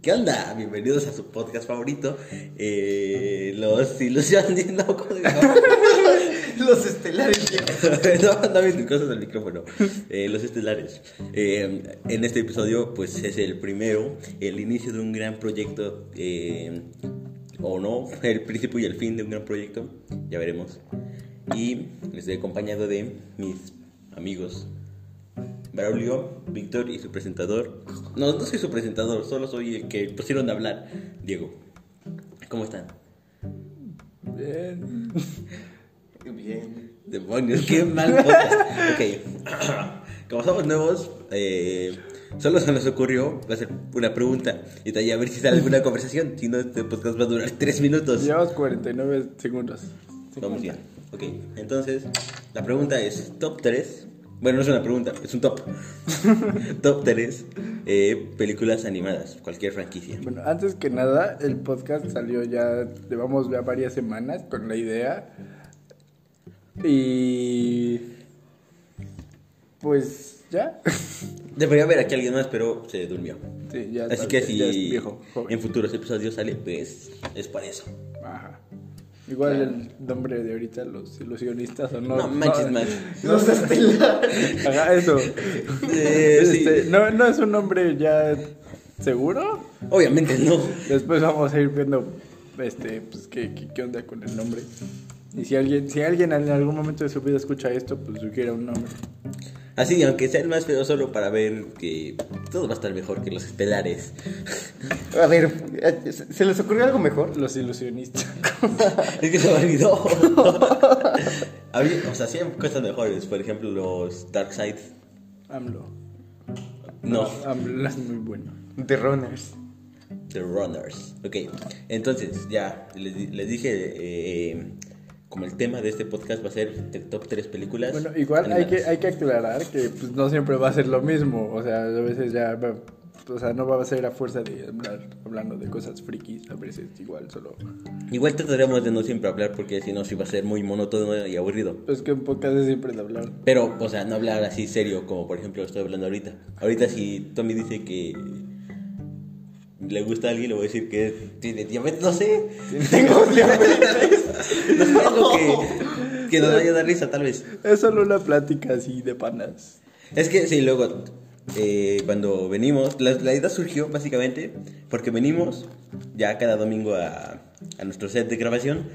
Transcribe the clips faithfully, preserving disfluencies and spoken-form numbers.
¿Qué onda? Bienvenidos a su podcast favorito, eh, Los Ilusiones, no, ¿cómo se llama? Los Estelares. No, no me cosas del micrófono. Eh, los Estelares. Eh, en este episodio, pues es el primero, el inicio de un gran proyecto, eh, o no, el principio y el fin de un gran proyecto, ya veremos. Y estoy acompañado de mis amigos Braulio, Víctor y su presentador. No, no soy su presentador, solo soy el que pusieron a hablar, Diego. ¿Cómo están? Bien. Bien. Demonios, qué mal podcast. Ok, como somos nuevos, eh, solo se nos ocurrió hacer una pregunta y de ahí a ver si sale alguna conversación. Si no, este podcast va a durar tres minutos. Llevamos cuarenta y nueve segundos. Vamos bien. Ok, entonces la pregunta es top tres. Bueno, no es una pregunta, es un top. Top tres eh, películas animadas, cualquier franquicia. Bueno, antes que nada, el podcast salió ya, llevamos ya varias semanas con la idea. Y pues ya. Debería haber aquí alguien más, pero se durmió. Sí, ya Así está, que ya si es viejo, joven. en futuros episodios sale, pues es para eso. Ajá. Igual el nombre de ahorita, los ilusionistas o no. No manches, no, man. Los Estelares. Haga eso. Eh, Este, sí. no, no es un nombre ya seguro. Obviamente no. Después vamos a ir viendo este, pues, qué, qué, qué onda con el nombre. Y si alguien, si alguien en algún momento de su vida escucha esto, pues sugiera un nombre. Así, aunque sea el más feo, solo para ver que todo va a estar mejor que los Estelares. A ver, ¿se les ocurrió algo mejor? Los ilusionistas. Es que se me olvidó. Había, o sea, sí hay cosas mejores. Por ejemplo, los Darkseid. AMLO. No, AMLO es muy bueno. The Runners. The Runners. Ok, entonces ya les, di- les dije, eh, como el tema de este podcast va a ser el top tres películas. Bueno, igual hay que, animadas. hay que aclarar que pues, no siempre va a ser lo mismo. O sea, a veces ya va, o sea, no va a ser a fuerza de hablar hablando de cosas frikis. A veces igual solo. Igual trataremos de no siempre hablar porque si no, sí va a ser muy monótono y aburrido. Es que en pocas es siempre de hablar. Pero, o sea, no hablar así serio como por ejemplo estoy hablando ahorita. Ahorita si Tommy dice que le gusta a alguien, le voy a decir que tiene diabetes, no sé. Tengo diabetes. No sé algo que, que nos vaya a dar risa tal vez. Es solo una plática así de panas. Es que sí, luego eh, cuando venimos, la, la idea surgió básicamente porque venimos ya cada domingo a, a nuestro set de grabación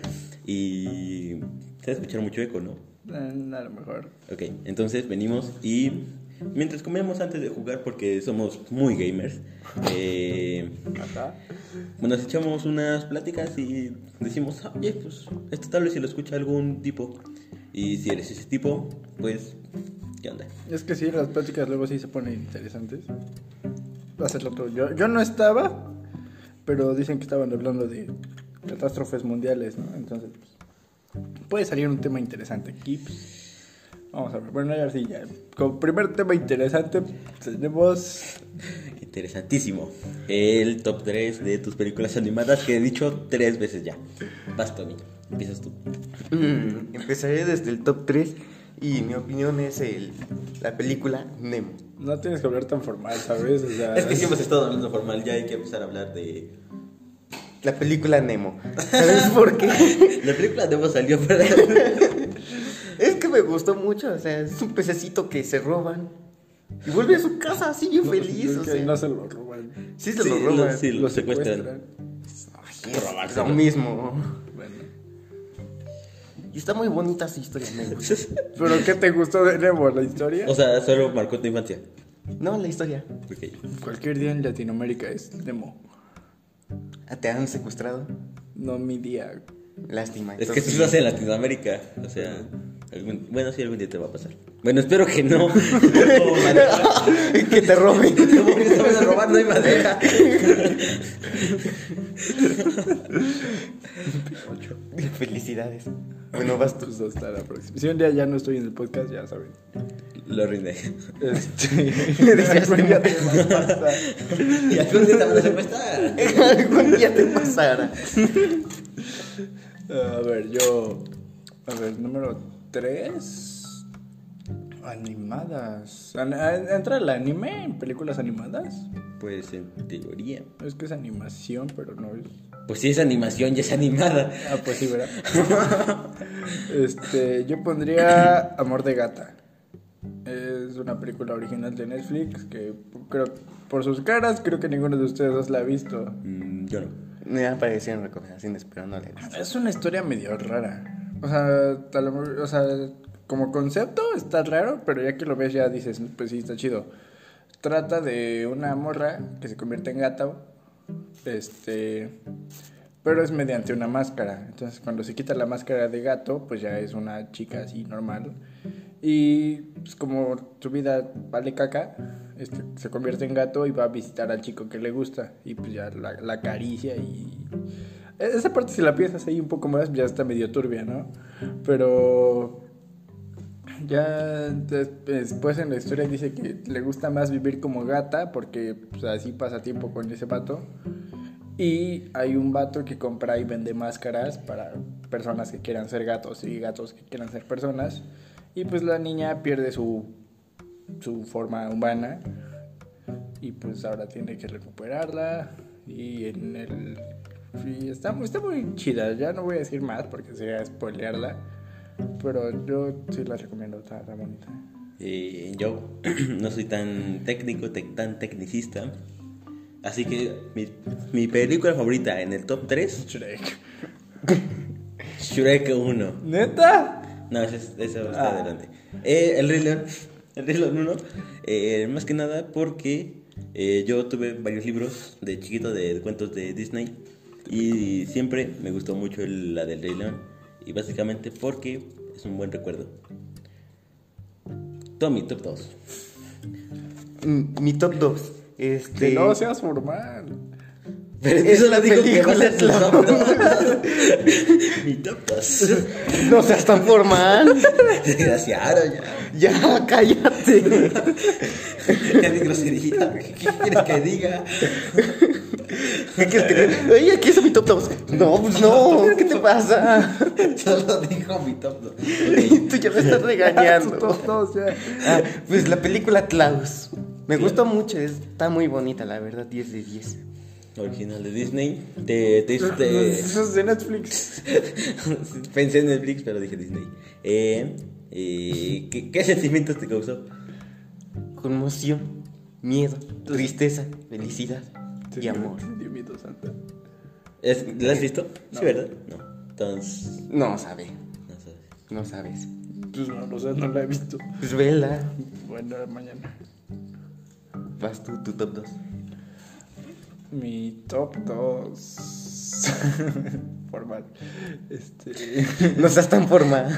y se va a escuchar mucho eco, ¿no? Eh, a lo mejor. Ok, entonces venimos y mientras comemos antes de jugar, porque somos muy gamers, eh, Ajá. bueno, nos echamos unas pláticas y decimos, "Ah, oye, pues esto tal vez si lo escucha algún tipo. Y si eres ese tipo, pues, ¿qué onda? Es que sí, las pláticas luego sí se ponen interesantes. Va a ser lo otro. Yo, yo no estaba, pero dicen que estaban hablando de catástrofes mundiales, ¿no? Entonces, pues, puede salir un tema interesante aquí. Pues, vamos a ver. Bueno, ya sí, ya. Como primer tema interesante, tenemos. Interesantísimo. El top tres de tus películas animadas que he dicho tres veces ya. Vas, Tommy. Empiezas tú. Mm, empezaré desde el top tres y mi opinión es el, la película Nemo. No tienes que hablar tan formal, ¿sabes? O sea, Es que sí hemos estado hablando formal, ya hay que empezar a hablar de... La película Nemo. ¿Sabes por qué? La película de Nemo salió para... Es que me gustó mucho, o sea, es un pececito que se roban y vuelve a su casa así bien no, feliz, es o que sea. no se lo roban. Sí se Sí, lo roban. lo- sí, lo Lo secuestran. secuestran. Es robárselo. lo mismo. Bueno. Y está muy bonita esa historia, Nemo. ¿Pero qué te gustó de Nemo? ¿La historia? O sea, solo marcó tu infancia. No, la historia. Ok. Cualquier día en Latinoamérica es Nemo. Ah, ¿te han secuestrado? No mi día. Lástima. Es que entonces- si lo hace en Latinoamérica. O sea, algún- bueno, sí, algún día te va a pasar. Bueno, espero que no. No, madera. que te roben. Como que te van a robar, no hay madera. Felicidades. Bueno, vas tú. Pues hasta la próxima. Si un día ya no estoy en el podcast, ya saben. Lo arruiné. Este. Le decías, algún día te va a pasar. Y algún día te van a secuestrar. Algún día te pasará. A ver, yo. A ver, número tres. Animadas. An- an- ¿Entra el anime en películas animadas? Pues en teoría. Es que es animación, pero no es. Pues si es animación, ya es animada. Ah, pues sí, ¿verdad? este, yo pondría Amor de Gata. Es una película original de Netflix que creo, por sus caras, creo que ninguno de ustedes dos la ha visto. Mm, yo no. Me aparecieron recomendaciones, pero no le gusta. Es una historia medio rara. O sea, a lo mejor- o sea, como concepto está raro, pero ya que lo ves ya dices, pues sí, está chido. Trata de una morra que se convierte en gata, este, pero es mediante una máscara. Entonces, cuando se quita la máscara de gato, pues ya es una chica así normal. Y pues, como su vida vale caca, este, se convierte en gato y va a visitar al chico que le gusta. Y pues ya la, la acaricia y... Esa parte, si la piensas ahí un poco más, ya está medio turbia, ¿no? Pero... Ya des- después en la historia dice que le gusta más vivir como gata porque pues, así pasa tiempo con ese vato. Y hay un vato que compra y vende máscaras para personas que quieran ser gatos y gatos que quieran ser personas. Y pues la niña pierde su, su forma humana y pues ahora tiene que recuperarla. Y en el... Sí, está, muy- está muy chida, ya no voy a decir más porque sería spoilearla. Pero yo sí la recomiendo, está, está bonita. Eh, yo no soy tan técnico, tec- tan tecnicista. Así que mi, mi película favorita en el top tres, Shrek. Shrek uno. ¿Neta? No, ese, es- ese está Ah. adelante. Eh, el Rey León, el Rey León uno, eh, más que nada porque eh, yo tuve varios libros de chiquito de, de cuentos de Disney y siempre me gustó mucho el- la del Rey León. Y básicamente porque es un buen recuerdo. Tommy, top dos. Mm, Mi top dos. Este... Que no seas formal. Pero Es eso la lo dijo que película, va a ser tu claro. top dos. Mi top dos. No seas tan formal. Desgraciado ya. Ya, cállate. Ya di grosería. ¿Qué quieres que diga? ¿Qué quieres que te... Oye, aquí es mi top dos. No, pues no. ¿Qué te pasa? Solo dijo mi top dos. Tú ya me estás regañando. Todos, todos, ya. Ah, pues la película Klaus. Me gustó mucho, está muy bonita, la verdad, diez de diez. Original de Disney. Te, te, te- Eso es de Netflix. Pensé en Netflix, pero dije Disney. Eh, eh, ¿qué, ¿Qué sentimientos te causó? Conmoción, miedo, tristeza, felicidad y amor. Dios mío, santa. ¿Es- ¿La has visto? No. Sí, ¿verdad? No. Entonces, No sabe, no sabes. no sabes. Pues no, no sé, no la he visto. Pues vela. Bueno, mañana. Vas tú, tu top dos. Mi top dos. Formal. Este. No seas tan formal.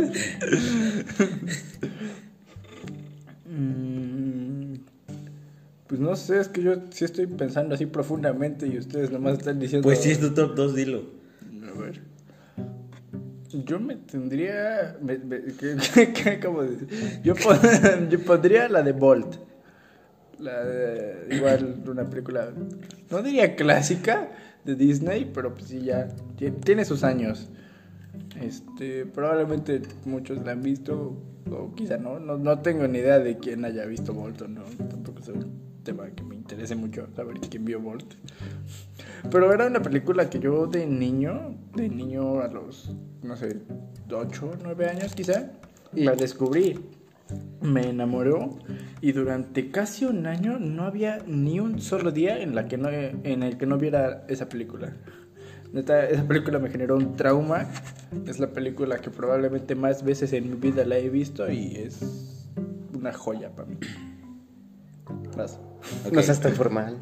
Mm, Pues no sé, es que yo sí estoy pensando así profundamente y ustedes nomás están diciendo. Pues si es tu top dos, dilo. A ver. Yo me tendría. Me, me- ¿qué, qué, qué acabo de decir? Yo, pon- yo pondría la de Bolt. La de, igual una película. No diría clásica de Disney, pero pues sí ya. ti- Tiene sus años. Este, probablemente muchos la han visto, o quizá no, no, no tengo ni idea de quién haya visto Bolt o no, tampoco es un tema que me interese mucho saber quién vio Bolt. Pero era una película que yo de niño, de niño a los, no sé, ocho, nueve años quizá, la descubrí, me enamoró y durante casi un año no había ni un solo día en, la que no, en el que no viera esa película. Neta, esa película me generó un trauma. Es la película que probablemente más veces en mi vida la he visto y es una joya para mí. Vas. Ok. No seas tan formal.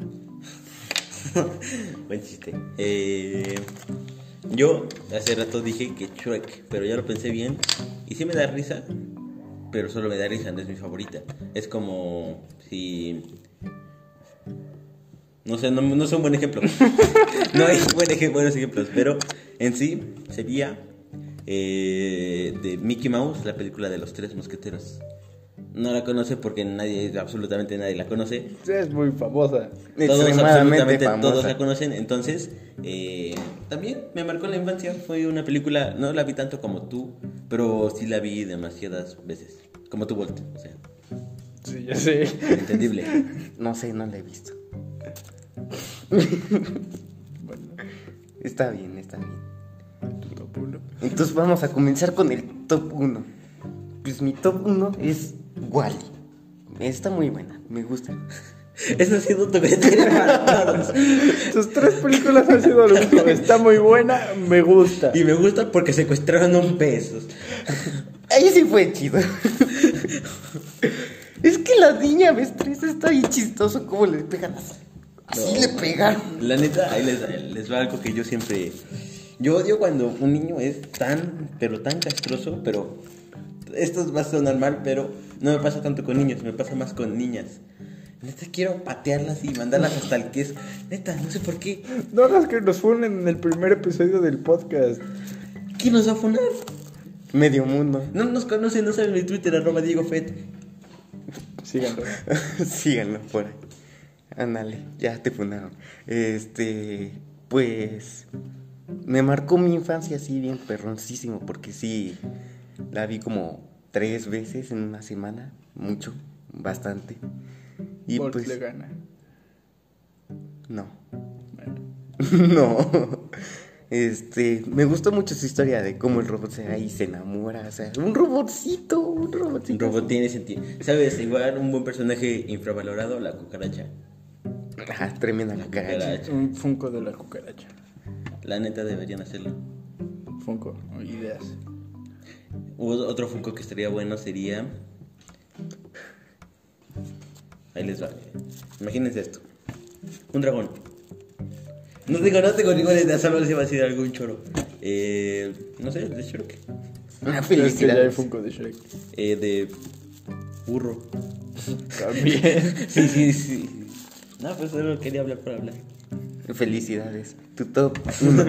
Buen chiste. Eh, yo hace rato dije que Shrek, pero ya lo pensé bien. Y sí me da risa, pero solo me da risa, no es mi favorita. Es como si... No sé, no, no es un buen ejemplo. No hay buen ej- buenos ejemplos, pero en sí sería eh, de Mickey Mouse, la película de los tres mosqueteros. No la conoce porque nadie, absolutamente nadie la conoce. Es muy famosa. Todos, Extremadamente absolutamente famosa. todos la conocen. Entonces, eh, también me marcó la infancia. Fue una película, no la vi tanto como tú, pero sí la vi demasiadas veces. Como tu Bolt, o sea, Sí, ya sé. entendible. No sé, no la he visto. Bueno, Está bien, está bien. tu top uno. Entonces vamos a comenzar con el top uno. Pues mi top uno es Wall-E. Está muy buena, me gusta. Eso ha sido tu criterio para todos. Tus tres películas han sido lo mismo. Está muy buena, me gusta. Y me gusta porque secuestraron un besos. Ahí sí fue chido. Es que la niña Bestreza está bien chistoso como le pegan así. Así No. le pegaron. La neta, ahí les, les va algo que yo siempre... Yo odio cuando un niño es tan, pero tan castroso, pero... Esto va a sonar mal, pero no me pasa tanto con niños, me pasa más con niñas. Neta, quiero patearlas y mandarlas hasta el queso. Neta, no sé por qué. No hagas que nos funen en el primer episodio del podcast. ¿Quién nos va a funar? Medio mundo. No nos conocen, no saben mi Twitter, arroba Diego Fett. Síganlo. Síganlo por ahí. Ándale, ya te fundaron. Este, pues me marcó mi infancia así bien perroncísimo, porque sí la vi como tres veces en una semana, mucho, bastante. Y Bolt pues le gana. no. Bueno. No. Este, me gustó mucho su historia de cómo el robot se va y se enamora, o sea, un robotcito, un robotcito. Un robot tiene sentido. ¿Sabes? Igual un buen personaje infravalorado, la cucaracha. Ajá, tremenda la cara. Cucaracha. Un Funko de la cucaracha. La neta deberían hacerlo. Funko, ideas. Hubo otro Funko que estaría bueno, sería... Ahí les va. Imagínense esto. Un dragón. No digo, no tengo ninguna idea, solo les iba a decir algún choro. Eh, no sé, de Shrek. Una Es que ya hay felicidad. Funko de Shrek. Eh, de burro. También. Sí, sí, sí. No, pues solo quería hablar por hablar. Felicidades. Tu top uno.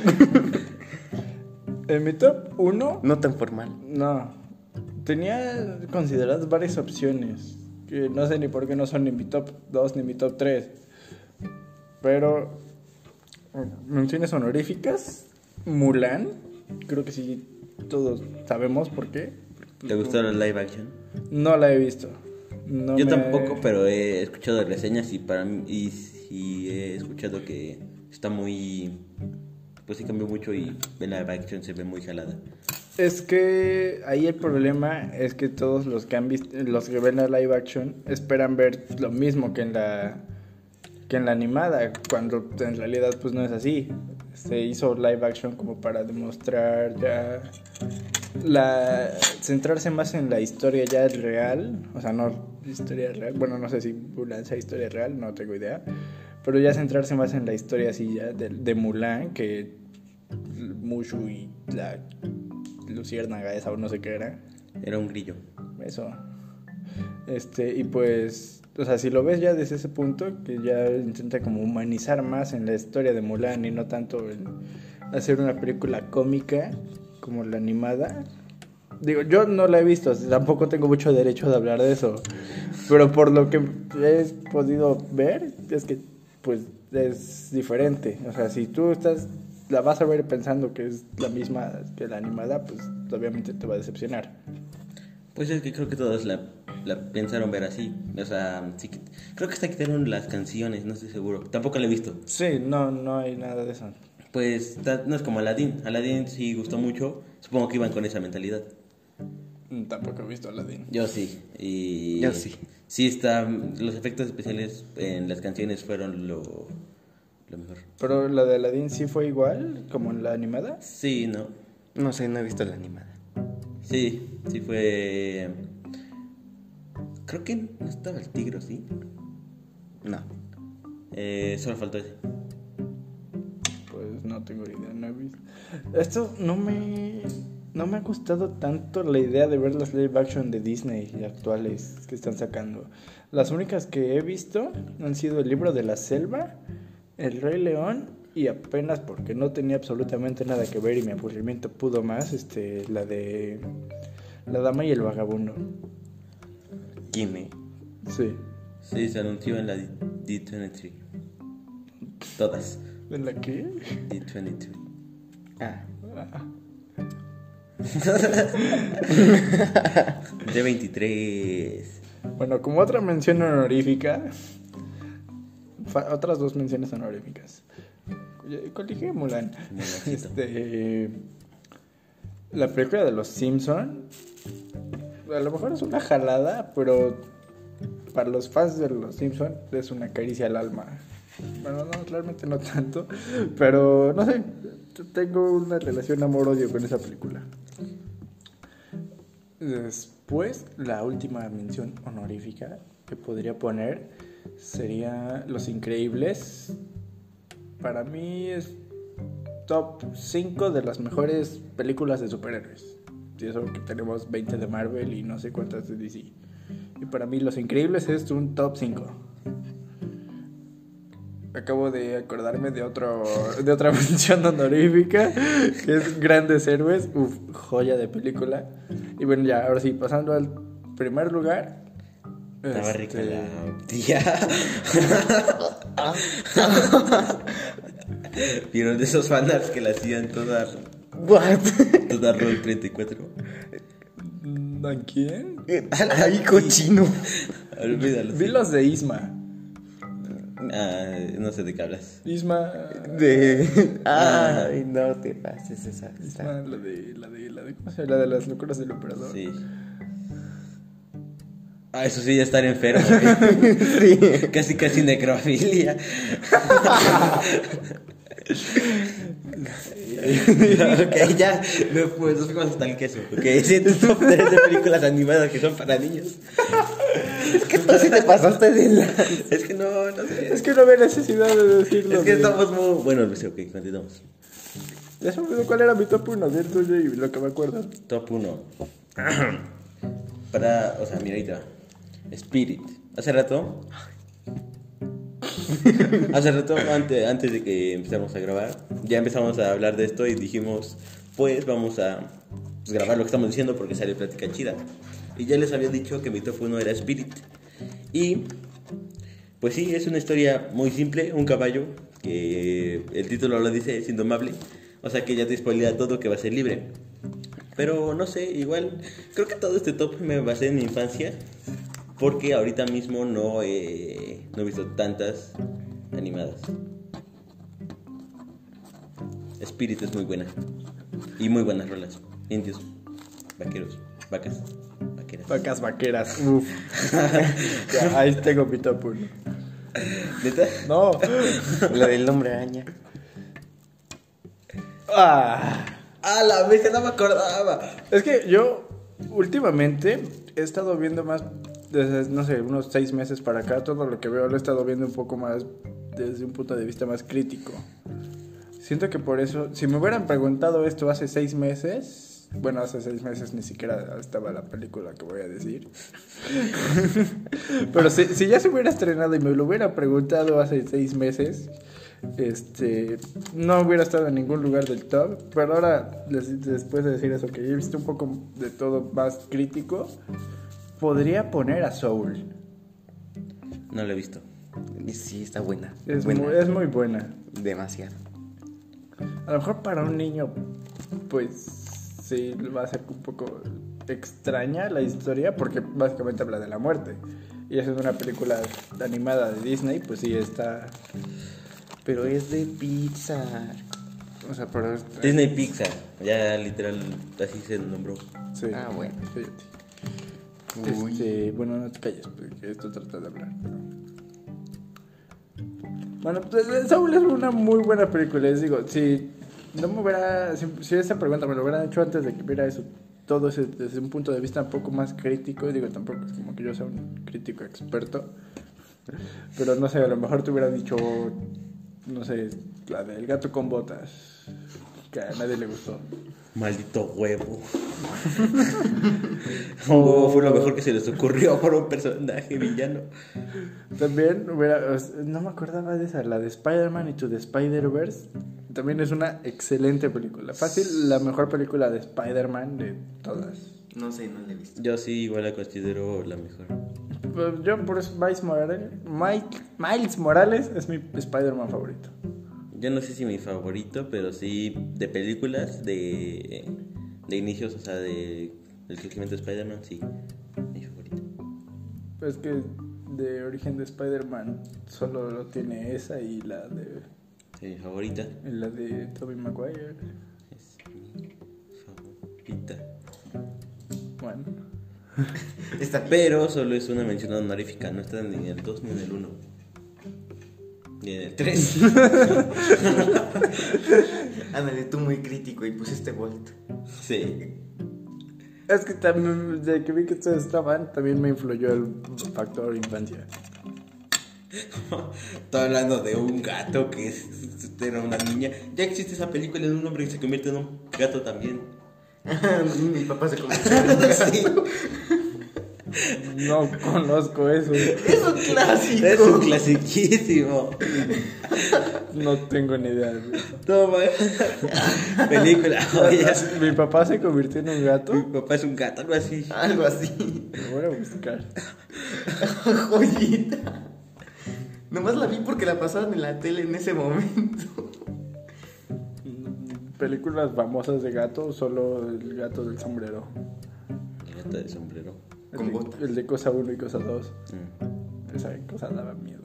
En mi top uno, No tan formal. no. Tenía consideradas varias opciones. Que no sé ni por qué no son ni mi top dos ni mi top tres. Pero, menciones honoríficas. Mulan. Creo que sí, todos sabemos por qué. ¿Te gustó la live action? No la he visto. No Yo me- tampoco, pero he escuchado reseñas y para mí y, y he escuchado que está muy, pues sí cambió mucho y en la live action se ve muy jalada. Es que ahí el problema es que todos los que han visto, los que ven la live action esperan ver lo mismo que en la que en la animada, cuando en realidad pues no es así. Se hizo live action como para demostrar ya la centrarse más en la historia ya real, o sea, no historia real, bueno, no sé si Mulan sea historia real, no tengo idea, pero ya centrarse más en la historia así ya de, de Mulan que Mushu y la luciérnaga esa o no sé qué era. Era un grillo. Eso. Este, y pues, o sea, si lo ves ya desde ese punto, que ya intenta como humanizar más en la historia de Mulan y no tanto en hacer una película cómica como la animada. Digo, yo no la he visto, así tampoco tengo mucho derecho de hablar de eso. Pero por lo que he podido ver, es que, pues, es diferente. O sea, si tú estás, la vas a ver pensando que es la misma que la animada, pues, obviamente te va a decepcionar. Pues es que creo que todos la, la pensaron ver así. O sea, sí que, creo que hasta quitaron las canciones, no estoy seguro. Tampoco la he visto. Sí, no, no hay nada de eso. Pues ta- no es como Aladdin. Aladdin sí gustó mucho. Supongo que iban con esa mentalidad. Mm, Tampoco he visto Aladdin. Yo sí. Y Yo sí. Sí está. Los efectos especiales en las canciones fueron lo, lo mejor. Pero la de Aladdin sí fue igual como en la animada. Sí, no. No sé, no he visto la animada. Sí, sí fue. Creo que no estaba el tigre, ¿sí? No. Eh, solo faltó ese. Pues no tengo idea, no he visto. Esto no me no me ha gustado tanto la idea de ver las live action de Disney actuales que están sacando. Las únicas que he visto han sido El libro de la selva, El Rey León y apenas porque no tenía absolutamente nada que ver y mi aburrimiento pudo más, este la de La dama y el vagabundo. ¿Quién es? Sí. Sí, se anunció en la D veintitrés. Todas. ¿En la qué? D veintitrés. Ah. Ah. D veintitrés. Bueno, como otra mención honorífica, fa- otras dos menciones honoríficas. Colegio Mulan. Este, la película de los Simpson, a lo mejor es una jalada, pero para los fans de los Simpson es una caricia al alma. Bueno, no, realmente no tanto, pero no sé, tengo una relación amor-odio con esa película. Después, la última mención honorífica que podría poner sería Los Increíbles. Para mí es top cinco de las mejores películas de superhéroes. Y eso que tenemos veinte de Marvel y no sé cuántas de D C. Y para mí Los Increíbles es un top cinco. Acabo de acordarme de otro de otra mención honorífica, que es Grandes Héroes. Uf, joya de película. Y bueno, ya, ahora sí, pasando al primer lugar. Estaba este... rica la tía. ¿Vieron de esos fanarts que la hacían todas? What? Toda Roll treinta y cuatro. ¿A quién? Ay, cochino. Olvídalo. Vi los de Isma. Ah, no sé de qué hablas. Isma. De... Ay, no te pases esa. Isma, la de, la de, la de, ¿cómo se llama? La de las locuras del emperador. Sí. Ah, eso sí, ya estar enfermo. ¿Eh? Sí. Casi, casi necrofilia. Ok, ya no, pues, nos fuimos hasta el queso. Ok, sí, tu top tres de películas animadas que son para niños. Es que tú sí te pasaste de la... Es que no, no sé. Es que no había necesidad de decirlo. Es que güey. estamos muy... Bueno, no sé, ok, continuamos. Ya se me olvidó cuál era mi top uno, del tuyo y lo que me acuerdo. Top uno. Para, o sea, mira, ahí te va. Spirit. Hace rato... Hace rato, antes, antes de que empezáramos a grabar, ya empezamos a hablar de esto y dijimos, pues vamos a pues, grabar lo que estamos diciendo porque sale plática chida. Y ya les había dicho que mi top uno era Spirit. Y pues sí, es una historia muy simple, un caballo, que el título lo dice, es indomable. O sea que ya te spoilea todo, que va a ser libre. Pero no sé, igual, creo que todo este top me basé en mi infancia. Porque ahorita mismo no he, no he visto tantas animadas. Spirit es muy buena. Y muy buenas rolas. Indios, vaqueros, vacas, vaqueras. Vacas vaqueras. Uf. Ya, ahí tengo mi top uno. ¿Neta? No. La del hombre araña. Ah. ¡Ah, la vez no me acordaba! Es que yo últimamente he estado viendo más, desde, no sé, unos seis meses para acá, todo lo que veo lo he estado viendo un poco más desde un punto de vista más crítico. Siento que por eso, si me hubieran preguntado esto hace seis meses, bueno, hace seis meses ni siquiera estaba la película que voy a decir. Pero si, si ya se hubiera estrenado y me lo hubiera preguntado hace seis meses, este, no hubiera estado en ningún lugar del top. Pero ahora, les- después de decir eso, que he visto un poco de todo más crítico, podría poner a Soul. No lo he visto. Sí, está buena. Es, buena. Muy, es muy buena. Demasiado. A lo mejor para un niño, pues sí, va a ser un poco extraña la historia, porque básicamente habla de la muerte. Y es una película animada de Disney, pues sí está. Pero es de Pixar. O sea, pero es- Disney Pixar. Ya literal, así se nombró. Sí. Ah, bueno. Fíjate. Uy. Este, bueno, no te calles, porque esto trata de hablar. Bueno, pues Soul es una muy buena película. Les digo, si no me hubiera, si, si esa pregunta me lo hubieran hecho antes de que viera eso, todo ese, desde un punto de vista un poco más crítico, digo, tampoco es como que yo sea un crítico experto, pero no sé, a lo mejor te hubiera dicho, no sé, la del gato con botas, que a nadie le gustó. Maldito huevo. Oh, fue lo mejor que se les ocurrió por un personaje villano. También hubiera, no me acordaba de esa, la de Spider-Man Into the Spider-Verse. También es una excelente película. Fácil, la mejor película de Spider-Man de todas. No sé, no la he visto. Yo sí, igual la considero la mejor. Pues yo por eso Miles Morales, Mike- Miles Morales es mi Spider-Man favorito. Yo no sé si mi favorito, pero sí de películas, de de inicios, o sea, de el crecimiento de Spider-Man, sí, mi favorita. Es que de origen de Spider-Man solo lo tiene esa y la de Sí, mi favorita. y la de Tobey Maguire. Es mi favorita. Bueno, Está bien. Pero solo es una mención honorífica, no está ni en el dos ni en el uno. Ni en el tres. Ándale, tú muy crítico y pusiste Bolt. Sí. es que también de que vi que ustedes estaban también me influyó el factor infancia. Estoy hablando de un gato que es, era una niña. Ya existe esa película de un hombre que se convierte en un gato también. Mi papá se convirtió en un gato. Sí. No conozco eso. Es un clásico. Es un clasiquísimo. No tengo ni idea de eso. Toma. Película, oye. Mi papá se convirtió en un gato. Mi papá es un gato, algo así. Algo así. Lo voy a buscar. Joyita. Nomás la vi porque la pasaban en la tele en ese momento. Películas famosas de gato, solo el gato del sombrero. El gato de sombrero. El Con de, botas. el de cosa uno y cosa dos. Mm. Esa cosa daba miedo.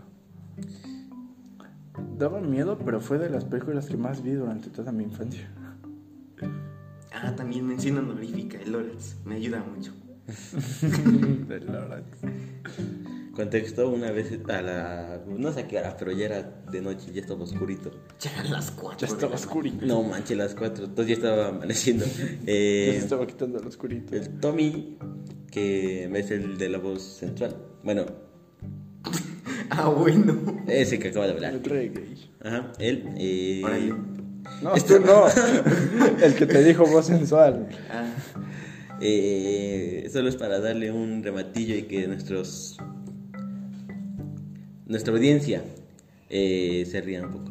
Daba miedo, pero fue de las películas que más vi durante toda mi infancia. Ah, también mención honorífica, el Lorax. Me ayuda mucho. De Lorax. Contexto, una vez a la... No sé a qué hora, pero ya era de noche, ya estaba oscurito. Ya eran las cuatro. Ya estaba de la oscurito. No manches, las cuatro, entonces ya estaba amaneciendo. Ya se Eh, estaba quitando el oscurito. el Tommy, que es el de la voz central. Bueno, mañana. Ah, bueno. ese que acaba de hablar. El reggae. Ajá, él. Eh, Ahora yo. No, tú no. El que te dijo voz sensual. Ah, eh, solo es para darle un rematillo y que nuestros nuestra audiencia eh, se ría un poco.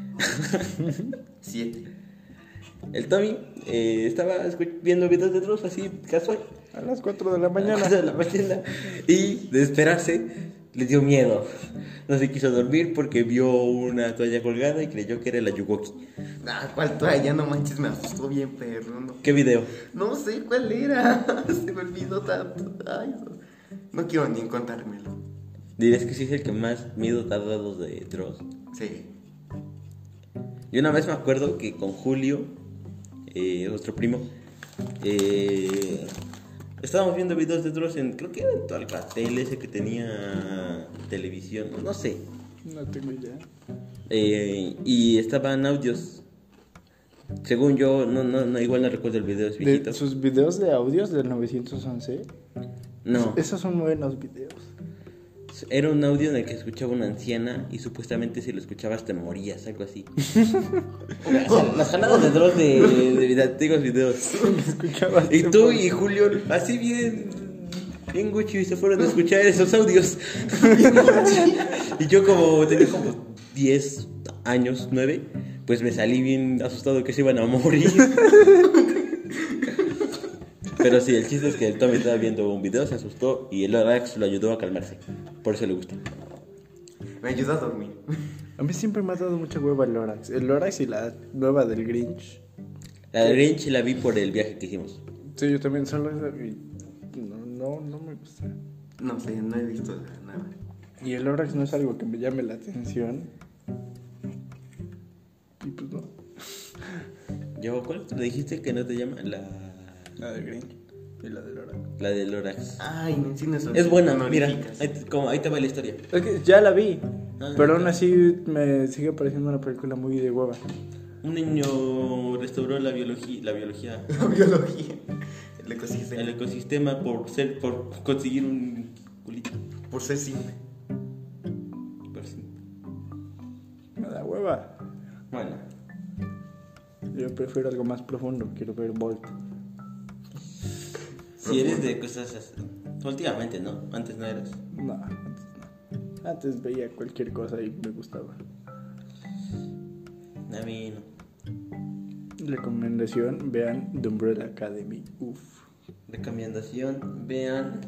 siete. El Tommy eh, estaba escu- viendo videos de Dross así casual A las cuatro de la a las mañana. cuatro de la mañana, y de esperarse le dio miedo. No se quiso dormir porque vio una toalla colgada y creyó que era la Yuwoki. Ah, ¿cuál toalla? No manches, me asustó bien, perro. No, ¿Qué video? no sé cuál era. Se me olvidó tanto. Ay, no. No quiero ni contármelo. Dirías que sí es el que más miedo te ha dado de Dross. Sí. Yo una vez me acuerdo que con Julio, eh, nuestro primo, eh, estábamos viendo videos de Dross en, creo que era en Alcatel, ese que tenía televisión, no sé. No tengo idea. Eh, y estaban audios. Según yo, no, no, no, igual no recuerdo el video, es viejito. De sus videos de audios del novecientos once. No, Esos son buenos videos. era un audio en el que escuchaba una anciana y supuestamente si lo escuchabas te morías, algo así. O sea, las jaladas de Dross de, de, de antiguos videos. Escuchabas Y tú tiempo. y Julio, así bien, bien Gucci, se fueron a escuchar esos audios. Y yo como tenía como diez años, nueve, pues me salí bien asustado que se iban a morir. Pero sí, el chiste es que el Tommy estaba viendo un video, se asustó y el Lorax lo ayudó a calmarse. Por eso le gusta. Me ayudó a dormir. A mí siempre me ha dado mucha hueva el Lorax. El Lorax y la nueva del Grinch. La de Grinch la vi por el viaje que hicimos. Sí, yo también solo esa y no, no, no me gusta. No sé, no he visto nada. Y el Lorax no es algo que me llame la atención. Y pues no. ¿Yo cuál? ¿Le dijiste que no te llama? La, La del Grinch y la del Lorax. la de Lorax. Ay, menciones Es buena, mira, honoríficas. ahí te, como, ahí te va la historia. Es que ya la vi. Ah, pero ok. aún así me sigue pareciendo una película muy de hueva. Un niño restauró la biología, la biología, La biología. El ecosistema. el ecosistema por ser, por conseguir un culito. Por ser simple. Por sí. Me da hueva. Bueno, Yo prefiero algo más profundo. Quiero ver Bolt. si eres de cosas así, últimamente, ¿no? Antes no eras. No, antes no. Antes veía cualquier cosa y me gustaba. A mí no. Recomendación, vean The Umbrella Academy. Uf. Recomendación, vean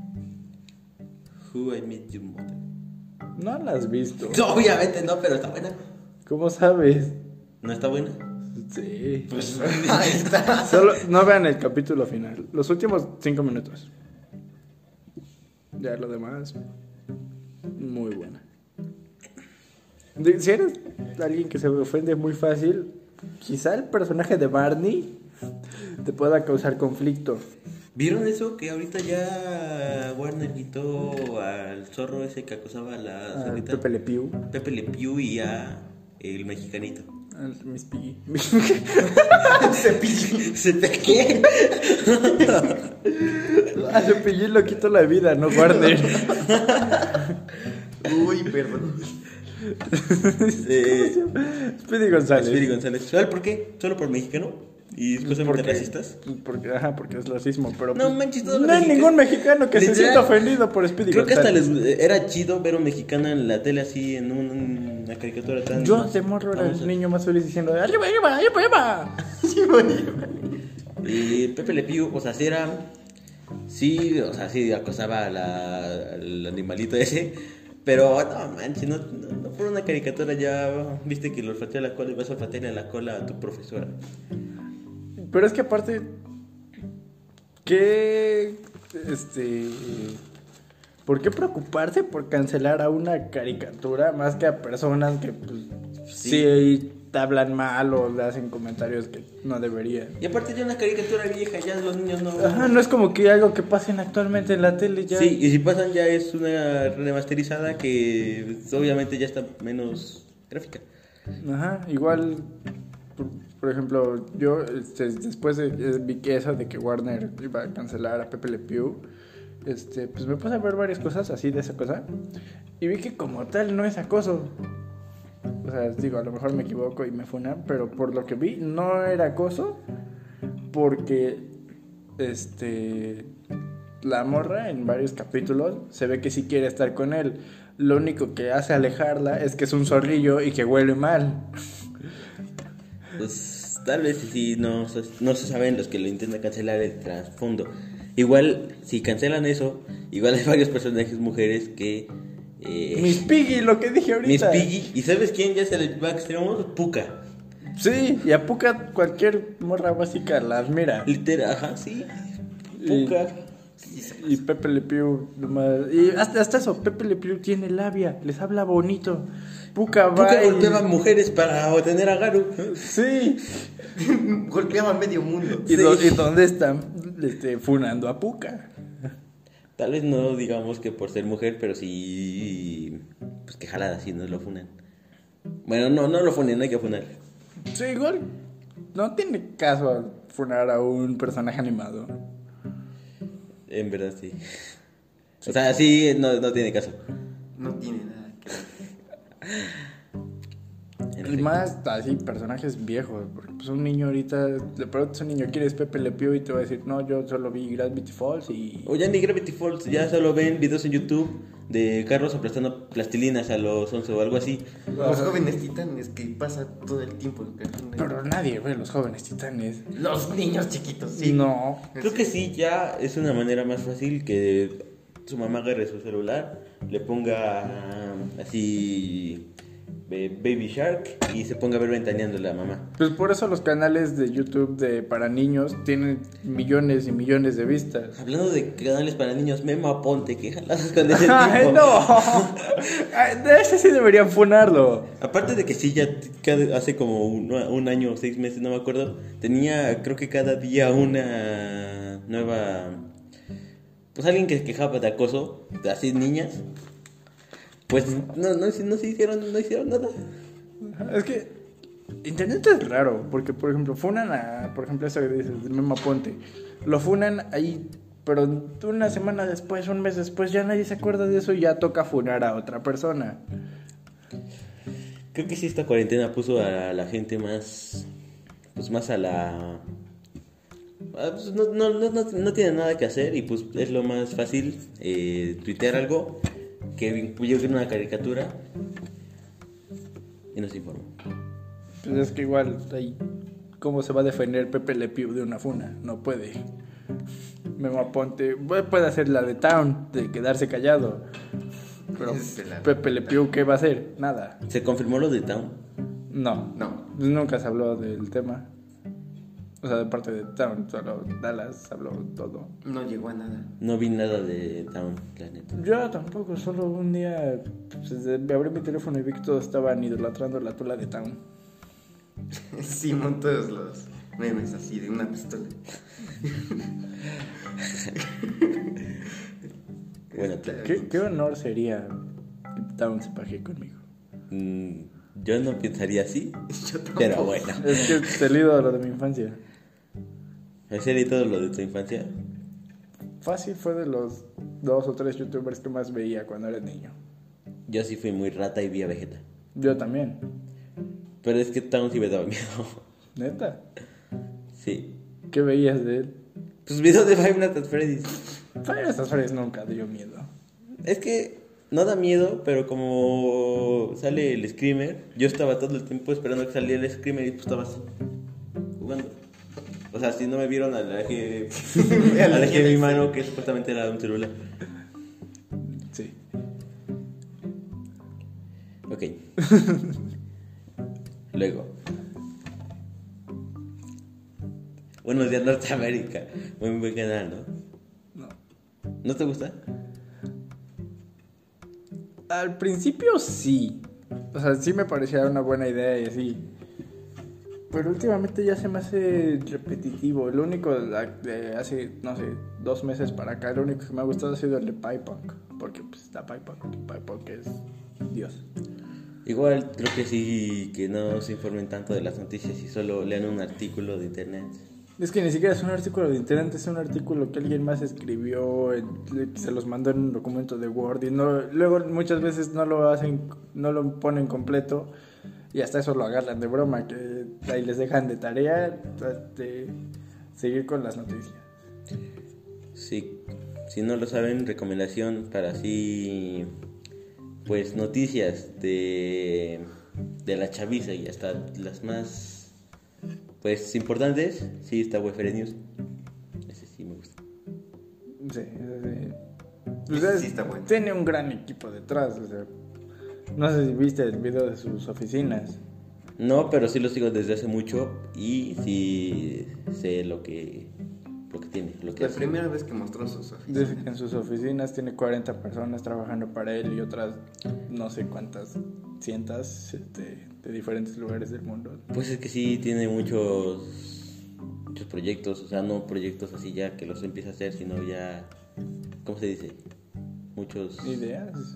Who I Met Your Mother. No la has visto. No, obviamente no, pero está buena. ¿Cómo sabes? ¿No está buena? Sí. Pues ahí está. Solo no vean el capítulo final. Los últimos cinco minutos. Ya lo demás. Muy buena. De- Si eres alguien que se ofende muy fácil, quizá el personaje de Barney te pueda causar conflicto. ¿Vieron eso? Que ahorita ya Warner quitó al zorro ese que acosaba a la A zorrita. Pepe Le Pew. Pepe Le Pew y a el mexicanito. Al Miss Piggy. Cepillín. ¿Se te qué? A Cepillín lo quitó la vida, no Warner. Uy, perdón. eh, Speedy González. Speedy González. ¿Sabes por qué? ¿Solo por mexicano? ¿Y supuestamente Porque- racistas? Porque, ajá, porque es racismo, pero No pues, manches, todos no los hay mexicanos- ningún mexicano que se Literal, sienta ofendido por Speedy Creo que hasta González. les era chido ver un mexicano en la tele así, en un- una caricatura tan... Yo de morro era famosa. el niño más feliz diciendo ¡arriba, arriba, arriba, arriba! Y Pepe Le Pew, o sea, sí era... Sí, o sea, sí acosaba a la- al animalito ese. Pero no manches, no, no, no por una caricatura ya viste que le olfatea la cola y vas a olfatearle la cola a tu profesora. Pero es que aparte, ¿qué, este, por qué preocuparse por cancelar a una caricatura más que a personas que, pues, sí, Sí. te hablan mal o le hacen comentarios que no deberían? Y aparte ya una caricatura vieja, ya los niños no... Ajá, no es como que algo que pasen actualmente en la tele ya. Sí, y si pasan ya es una remasterizada que pues, obviamente ya está menos gráfica. Ajá, igual, por, por ejemplo, yo este, después de, eh, vi que eso de que Warner iba a cancelar a Pepe Le Pew, este, pues me puse a ver varias cosas así de esa cosa y vi que como tal no es acoso. O sea, digo, a lo mejor me equivoco y me funan, pero por lo que vi no era acoso porque este la morra en varios capítulos se ve que sí quiere estar con él. Lo único que hace alejarla es que es un zorrillo y que huele mal. Pues tal vez sí, no, no se saben los que lo intentan cancelar el trasfondo. Igual, si cancelan eso, igual hay varios personajes mujeres que... Eh, Miss Piggy, lo que dije ahorita. Miss Piggy. ¿Y sabes quién ya se le va a extremos? Puka. Sí, y a Puka cualquier morra básica la admira. Literal, ajá, sí. Y- Puka. Y Pepe Le Pew nomás- y hasta, hasta eso, Pepe Le Pew tiene labia, les habla bonito. Puka va Puka y- golpeaba mujeres para obtener a Garu. Sí. Golpeaba a medio mundo. ¿Y, Sí. do- y dónde están este, funando a Puka? Tal vez no digamos que por ser mujer, pero sí... Pues que jalada, sí, no lo funan. Bueno, no, no lo funen, no hay que funar. Sí, igual no tiene caso funar a un personaje animado. En verdad, sí. O sea, sí, no, no tiene caso. No tiene nada que ver. En Y efecto. más así, personajes viejos. Porque pues un niño ahorita, de pronto un niño quiere Pepe Le Pew y te va a decir, no, yo solo vi Gravity Falls y... O ya ni Gravity Falls, ya solo ven videos en YouTube de Carlos aplastando plastilinas a los once o algo así. Los jóvenes titanes que pasa todo el tiempo. Pero nadie ve los jóvenes titanes. Los niños chiquitos, sí. No. Creo que sí, ya es una manera más fácil que su mamá agarre su celular, le ponga ah, así eh, Baby Shark y se ponga a ver Ventaneando la mamá. Pues por eso los canales de YouTube de para niños tienen millones y millones de vistas. Hablando de canales para niños, Memo Aponte, que jalas con ese ¡Ay, tipo. no! Ay, de ese sí deberían funarlo. Aparte de que sí, ya t- cada- hace como un, un año o seis meses, no me acuerdo, tenía creo que cada día una nueva... Pues alguien que se quejaba de acoso, de así niñas. Pues no, no, no se hicieron, no hicieron nada. Es que Internet es raro, porque por ejemplo funan a, por ejemplo eso que dices, de Memo Aponte, lo funan ahí, pero una semana después, un mes después, ya nadie se acuerda de eso y ya toca funar a otra persona. Creo que sí, esta cuarentena puso a la gente más, pues más a la... ah, pues no, no, no, no, no tiene nada que hacer y pues es lo más fácil eh, tuitear algo que incluye una caricatura y nos informa. Pues es que igual, ahí, ¿cómo se va a defender Pepe Le Pew de una funa? No puede. Memo Aponte puede puede hacer la de Town, de quedarse callado. Pero Esa es la- Pepe Le Pew, ¿qué va a hacer? Nada. ¿Se confirmó lo de Town? No. No. Nunca se habló del tema. O sea, de parte de Town, solo Dallas habló todo. No llegó a nada. No vi nada de Town, la neta. Yo tampoco, solo un día pues, abrí mi teléfono y vi que todos estaban idolatrando la tula de Town. Simón, todos los memes así de una pistola. Bueno, ¿Qué, qué honor sería que Town se paje conmigo? mm, yo no pensaría así, Yo tampoco. pero bueno. Es que es el ídolo de mi infancia. ¿Es serio todo lo de tu infancia? Fácil fue de los dos o tres youtubers que más veía cuando era niño. Yo sí fui muy rata y vi a Vegeta. Yo también. Pero es que Town sí me daba miedo. ¿Neta? Sí. ¿Qué veías de él? Pues videos de Five Nights at Freddy's. Five Nights at Freddy's nunca dio miedo. Es que no da miedo, pero como sale el screamer, yo estaba todo el tiempo esperando que saliera el screamer y pues estaba así, jugando. O sea, si no me vieron, alejé, alejé mi mano, que supuestamente era un celular. Sí. Ok. Luego. Buenos días, Norteamérica. Muy buen canal, ¿no? No. ¿No te gusta? Al principio sí. O sea, sí me parecía una buena idea y así. Pero últimamente ya se me hace repetitivo. El único de hace, no sé, dos meses para acá, el único que me ha gustado ha sido el de PyPunk. Porque pues está PyPunk. PyPunk es Dios. Igual creo que sí, que no se informen tanto de las noticias y solo lean un artículo de internet. Es que ni siquiera es un artículo de internet, es un artículo que alguien más escribió, en- se los mandó en un documento de Word y no, luego muchas veces no lo hacen, no lo ponen completo y hasta eso lo agarran de broma, que ahí les dejan de tarea este, seguir con las noticias. Sí, si no lo saben, recomendación para así, pues noticias de, de la chaviza y hasta las más, pues importantes, sí está Wefere News. Ese sí me gusta. Sí, sí. Ese Pues sí está bueno. Tiene un gran equipo detrás, o sea, no sé si viste el video de sus oficinas. No, pero sí lo sigo desde hace mucho y sí sé lo que, lo que tiene, lo que La hace. primera vez que mostró sus Dice oficinas. que en sus oficinas tiene cuarenta personas trabajando para él y otras no sé cuántas cientos este, de diferentes lugares del mundo. Pues es que sí tiene muchos muchos proyectos, o sea, no proyectos así ya que los empieza a hacer, sino ya, ¿cómo se dice? Muchos Ideas.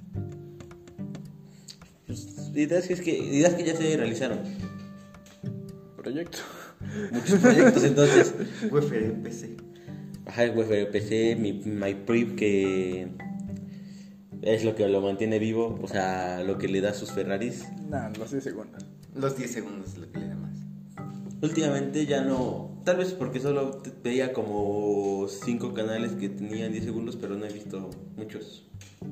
pues, ideas que es que ideas que ya se realizaron, Proyecto. muchos proyectos entonces. Wefere P C. Ajá, el Wefere P C, mi MyPrip que es lo que lo mantiene vivo, o sea, lo que le da sus Ferraris. No, los diez segundos. Los diez segundos es lo que le da más. Últimamente ya no, tal vez porque solo te- veía como cinco canales que tenían diez segundos, pero no he visto muchos.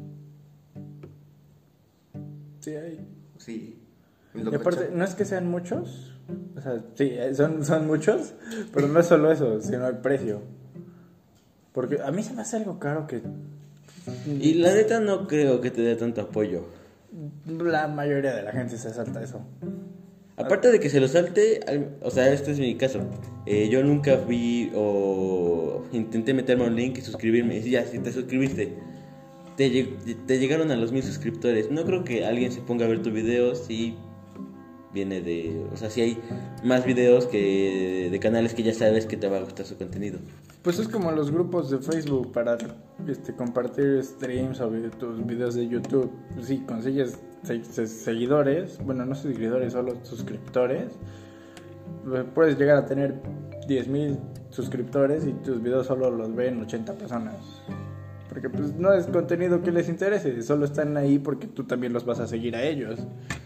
Sí, hay. Sí. Y aparte, no es que sean muchos. O sea, sí, eh, son, son muchos. Pero no es solo eso, sino el precio. Porque a mí se me hace algo caro que Y la neta no creo que te dé tanto apoyo. la mayoría de la gente se salta eso. Aparte de que se lo salte, al- o sea, este es mi caso. Eh, yo nunca vi o intenté meterme a un link y suscribirme. Y ya, si te suscribiste, te, lleg- te llegaron a los mil suscriptores. No creo que alguien se ponga a ver tu video si viene de... O sea, si hay más videos que de canales que ya sabes que te va a gustar su contenido. Pues es como los grupos de Facebook para este, compartir streams o vi- tus videos de YouTube. Si consigues se- se- seguidores, bueno, no seguidores, solo suscriptores, pues puedes llegar a tener diez mil suscriptores y tus videos solo los ven ochenta personas. Porque pues no es contenido que les interese, solo están ahí porque tú también los vas a seguir a ellos.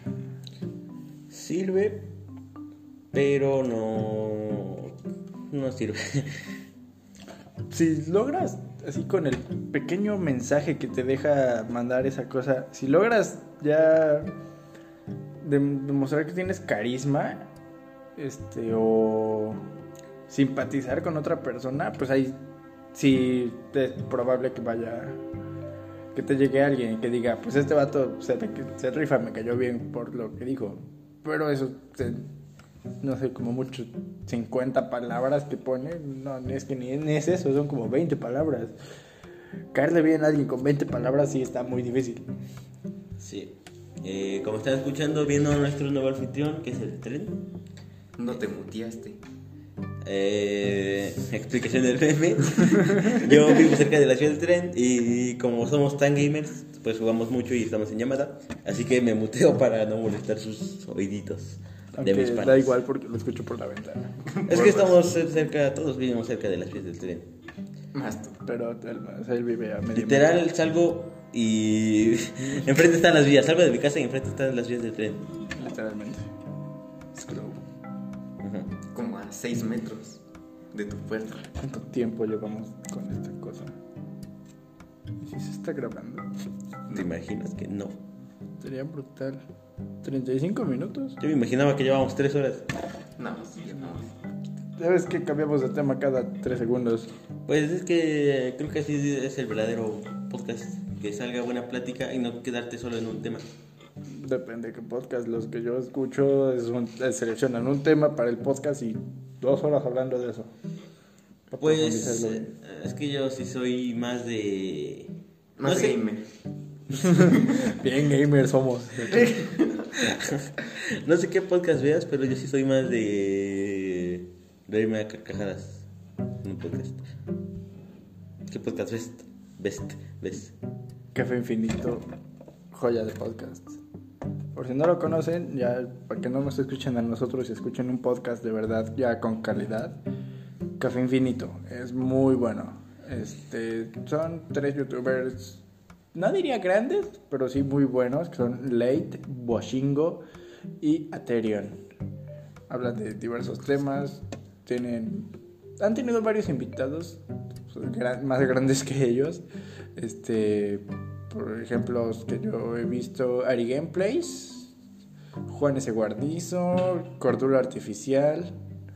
Sirve, pero no... No sirve. Si logras, así con el pequeño mensaje que te deja mandar esa cosa, si logras ya dem- demostrar que tienes carisma, este, o simpatizar con otra persona, pues ahí sí es probable que vaya, que te llegue alguien que diga, pues este vato se, se rifa, me cayó bien por lo que dijo. pero eso, te, no sé, como mucho, cincuenta palabras que pone, no, es que ni, ni es eso, son como veinte palabras. Caerle bien a alguien con veinte palabras sí está muy difícil. Sí. Eh, como están escuchando, viendo a nuestro nuevo anfitrión, que es el tren. No te muteaste. Eh, explicación del meme. Yo vivo cerca de la ciudad del tren y como somos tan gamers, pues jugamos mucho y estamos en llamada. Así que me muteo para no molestar sus oíditos Aunque de mis panas. da igual porque lo escucho por la ventana. Es que estamos cerca, todos vivimos cerca de las vías del tren. Más tú. Pero él, él vive a medio Literal, metro. salgo y enfrente están las vías. Salgo de mi casa y enfrente están las vías del tren. Literalmente. Screw. Ujú. Como a seis metros de tu puerta. ¿Cuánto tiempo llevamos con esta cosa? ¿Y si se está grabando? ¿Te imaginas que no? Sería brutal. ¿treinta y cinco minutos? Yo me imaginaba que llevábamos tres horas. No, sí, no. ¿Sabes que cambiamos de tema cada tres segundos? Pues es que creo que así es el verdadero podcast. Que salga buena plática y no quedarte solo en un tema. Depende de qué podcast. Los que yo escucho es un, es seleccionan un tema para el podcast y dos horas hablando de eso. Para Pues profundizarlo eh, bien. es que yo sí soy más de... Más no sé. gamer. Bien gamers somos. No sé qué podcast veas, pero yo sí soy más de reírme a carcajadas en un podcast. ¿Qué podcast ves? ¿Ves? ¿Ves? Café Infinito, joya de podcast. Por si no lo conocen, ya para que no nos escuchen a nosotros y escuchen un podcast de verdad ya con calidad, Café Infinito es muy bueno. Este, son tres youtubers, no diría grandes, pero sí muy buenos, que son Late, Boshingo y Aterion. Hablan de diversos temas, tienen, han tenido varios invitados pues, gran, más grandes que ellos. Este, por ejemplo, los que yo he visto, Ari Gameplays, Juan S. Guarnizo, Cordura Artificial,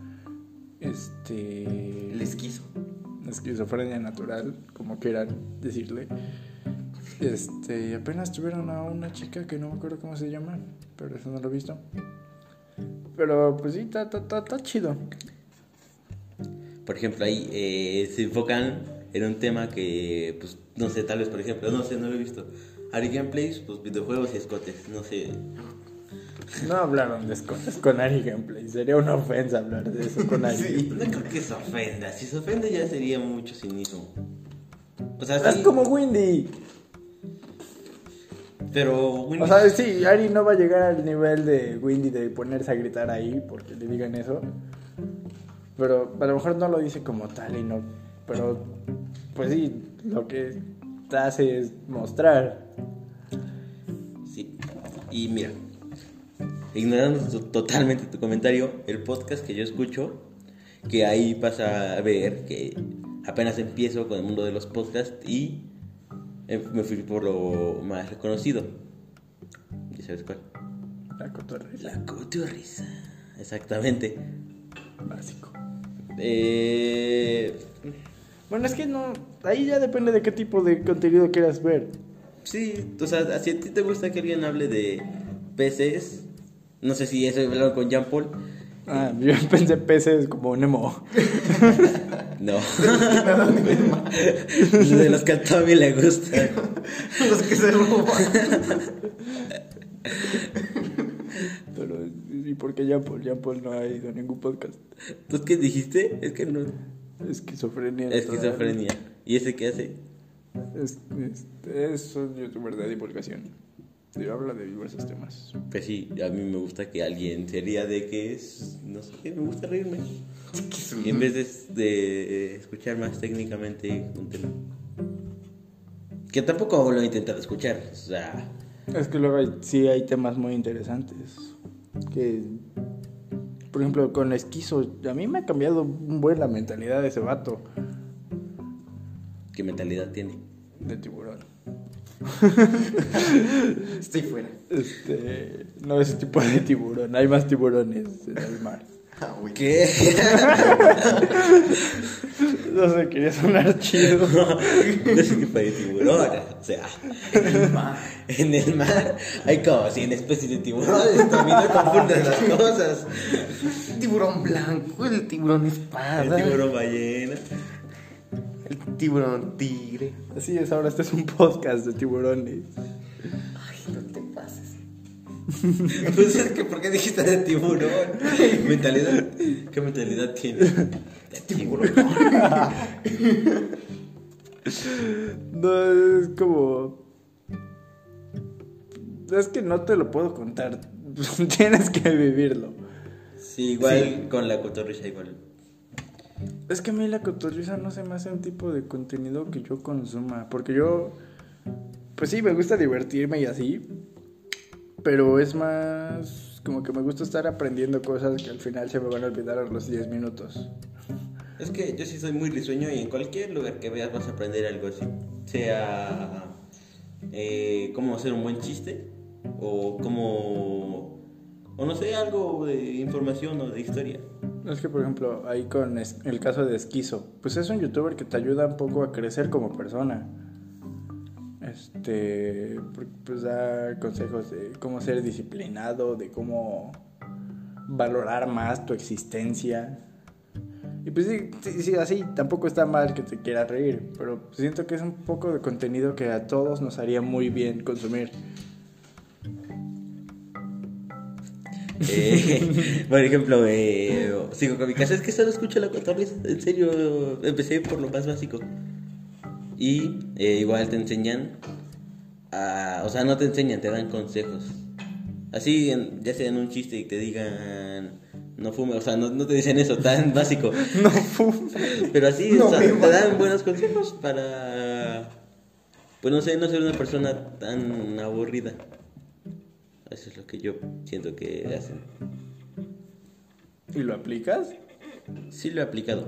este, El esquizo. Esquizofrenia Natural, como quieran decirle. Este, apenas tuvieron a una chica que no me acuerdo cómo se llama, pero eso no lo he visto. Pero pues sí, está, está, está, está chido. Por ejemplo, ahí eh, se enfocan en un tema que, pues, no sé, tal vez, por ejemplo, no sé, no lo he visto. Ari Gameplays, pues, videojuegos y escotes, no sé. No hablaron de escotes con Ari Gameplay. Sería una ofensa hablar de eso con Ari. Sí. No creo que se ofenda. Si se ofende ya sería mucho cinismo. O sea, Es sí, como Windy. pero... Winnie- O sea, sí, Ari no va a llegar al nivel de Windy de ponerse a gritar ahí porque le digan eso. Pero a lo mejor no lo dice como tal y no. Pero, pues sí, lo que te hace es mostrar. Sí. Y mira, ignorando to- totalmente tu comentario, el podcast que yo escucho, que ahí pasa a ver que apenas empiezo con el mundo de los podcasts y eh, me fui por lo más reconocido. ¿Ya sabes cuál? La cotorrisa. La cotorrisa. Exactamente. Básico. Eh, Bueno, es que no. Ahí ya depende de qué tipo de contenido quieras ver. sí, o sea, si a ti te gusta que alguien hable de P Cs, no sé si eso hablaron con Jean Paul. Ah, yo pensé peces como Nemo. No. De los que a Tommy le gustan. Los que se roban. Pero, ¿y por qué Jean Paul? Jean Paul no ha ido a ningún podcast. ¿Tú qué dijiste? Es que no. Esquizofrenia. Esquizofrenia. ¿Y ese qué hace? Es, es, es un youtuber de divulgación. Y habla de diversos temas. Pues sí, a mí me gusta que alguien se ría de que es. No sé qué, me gusta reírme. Y en vez de, de escuchar más técnicamente un tema. Que tampoco lo he intentado escuchar. O sea. Es que luego hay, sí hay temas muy interesantes. Que, por ejemplo, con Esquizo, a mí me ha cambiado un buen la mentalidad de ese vato. ¿Qué mentalidad tiene? De tiburón. Estoy fuera. Este, no ese tipo de tiburón, hay más tiburones en el mar. Ah, güey. ¿Qué? No sé, quería sonar chido. No sé qué parece tiburón. O sea, En el mar. en el mar hay como cien especies de tiburones. También no confundas las cosas. El tiburón blanco, el tiburón espada. El tiburón ballena. El tiburón tigre. Así es, ahora este es un podcast de tiburones. Ay, no te pases. Pues es que, ¿por qué dijiste de tiburón? ¿Mentalidad? ¿Qué mentalidad tienes? De tiburón. No, es como... Es que no te lo puedo contar. Tienes que vivirlo. Sí, igual Sí. con la cotorrisa igual. Es que a mí la cotorriza no se me hace un tipo de contenido que yo consuma. Porque yo... Pues sí, me gusta divertirme y así. Pero es más... Como que me gusta estar aprendiendo cosas que al final se me van a olvidar a los diez minutos. Es que yo sí soy muy risueño y en cualquier lugar que veas vas a aprender algo así. Sea eh, cómo hacer un buen chiste o cómo... O no sé, algo de información o de historia. Es que, por ejemplo, ahí con es- el caso de Esquizo, pues es un youtuber que te ayuda un poco a crecer como persona. Este, porque, pues da consejos de cómo ser disciplinado, de cómo valorar más tu existencia. Y pues sí, sí, sí, así tampoco está mal que te quieras reír, pero siento que es un poco de contenido que a todos nos haría muy bien consumir. Eh, por ejemplo, eh, sigo con mi casa. Es que solo escucho la cotorrisa. En serio, empecé por lo más básico. Y eh, igual te enseñan a, o sea, no te enseñan, te dan consejos. Así, en- ya sea en un chiste y te digan no fume, o sea, no, no te dicen eso tan básico. No fumes. Pero así, No o sea, me te va. dan buenos consejos para, pues no sé, no ser una persona tan aburrida. Eso es lo que yo siento que hacen. ¿Y lo aplicas? Sí lo he aplicado.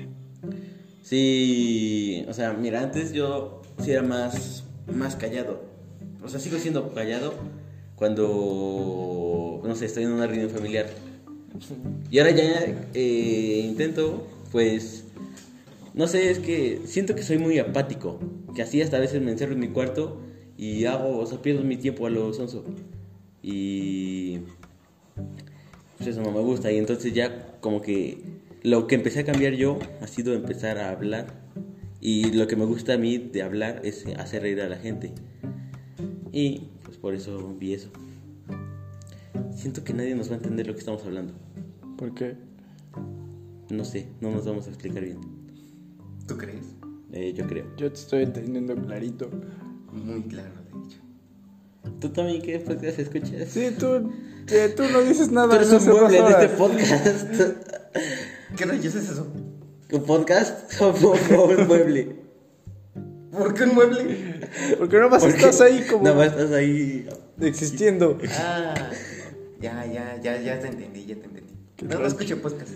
Sí, o sea, mira, antes yo sí era más, más callado. O sea, sigo siendo callado cuando, no sé, estoy en una reunión familiar. Y ahora ya eh, intento, pues, no sé, es que siento que soy muy apático. Que así hasta a veces me encierro en mi cuarto y hago, o sea, pierdo mi tiempo a lo sonso. Y pues eso no me gusta. Y entonces ya como que lo que empecé a cambiar yo ha sido empezar a hablar. Y lo que me gusta a mí de hablar es hacer reír a la gente. Y pues por eso vi eso. Siento que nadie nos va a entender lo que estamos hablando. ¿Por qué? No sé, no nos vamos a explicar bien. ¿Tú crees? Eh, yo creo. Yo te estoy entendiendo clarito. Muy claro, de hecho. ¿Tú también qué podcast escuchas? Sí, tú, eh, tú no dices nada. Tú eres desde un hace mueble dos en horas. este podcast. ¿Qué rayos es eso? ¿Un podcast o o un mueble? ¿Por qué un mueble? Porque nada más Porque estás ahí como Nada más estás ahí. existiendo. Ah, ya, ya, ya, ya te entendí, ya te entendí. ¿Qué No, no rayos? escucho podcast.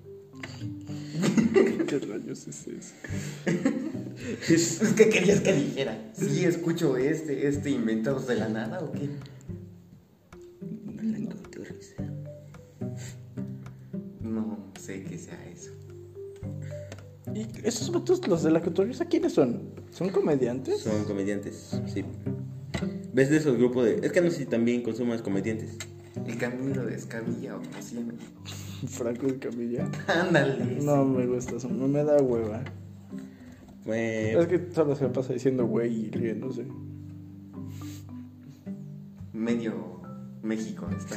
¿Qué rayos es eso? Es que querías que dijera. Sí, escucho este, este inventados de la nada o qué. No sé qué sea eso. ¿Y esos vatos, los de la cotorriza, quiénes son? ¿Son comediantes? Son comediantes, sí. ¿Ves de esos grupos de.? Es que no sé si también consumas comediantes. El Camilo de Escamilla o como se llama. Franco de Camilla. Ándale. No me gusta eso, no me da hueva. Eh, Es que solo se pasa diciendo güey y riéndose. Medio México está.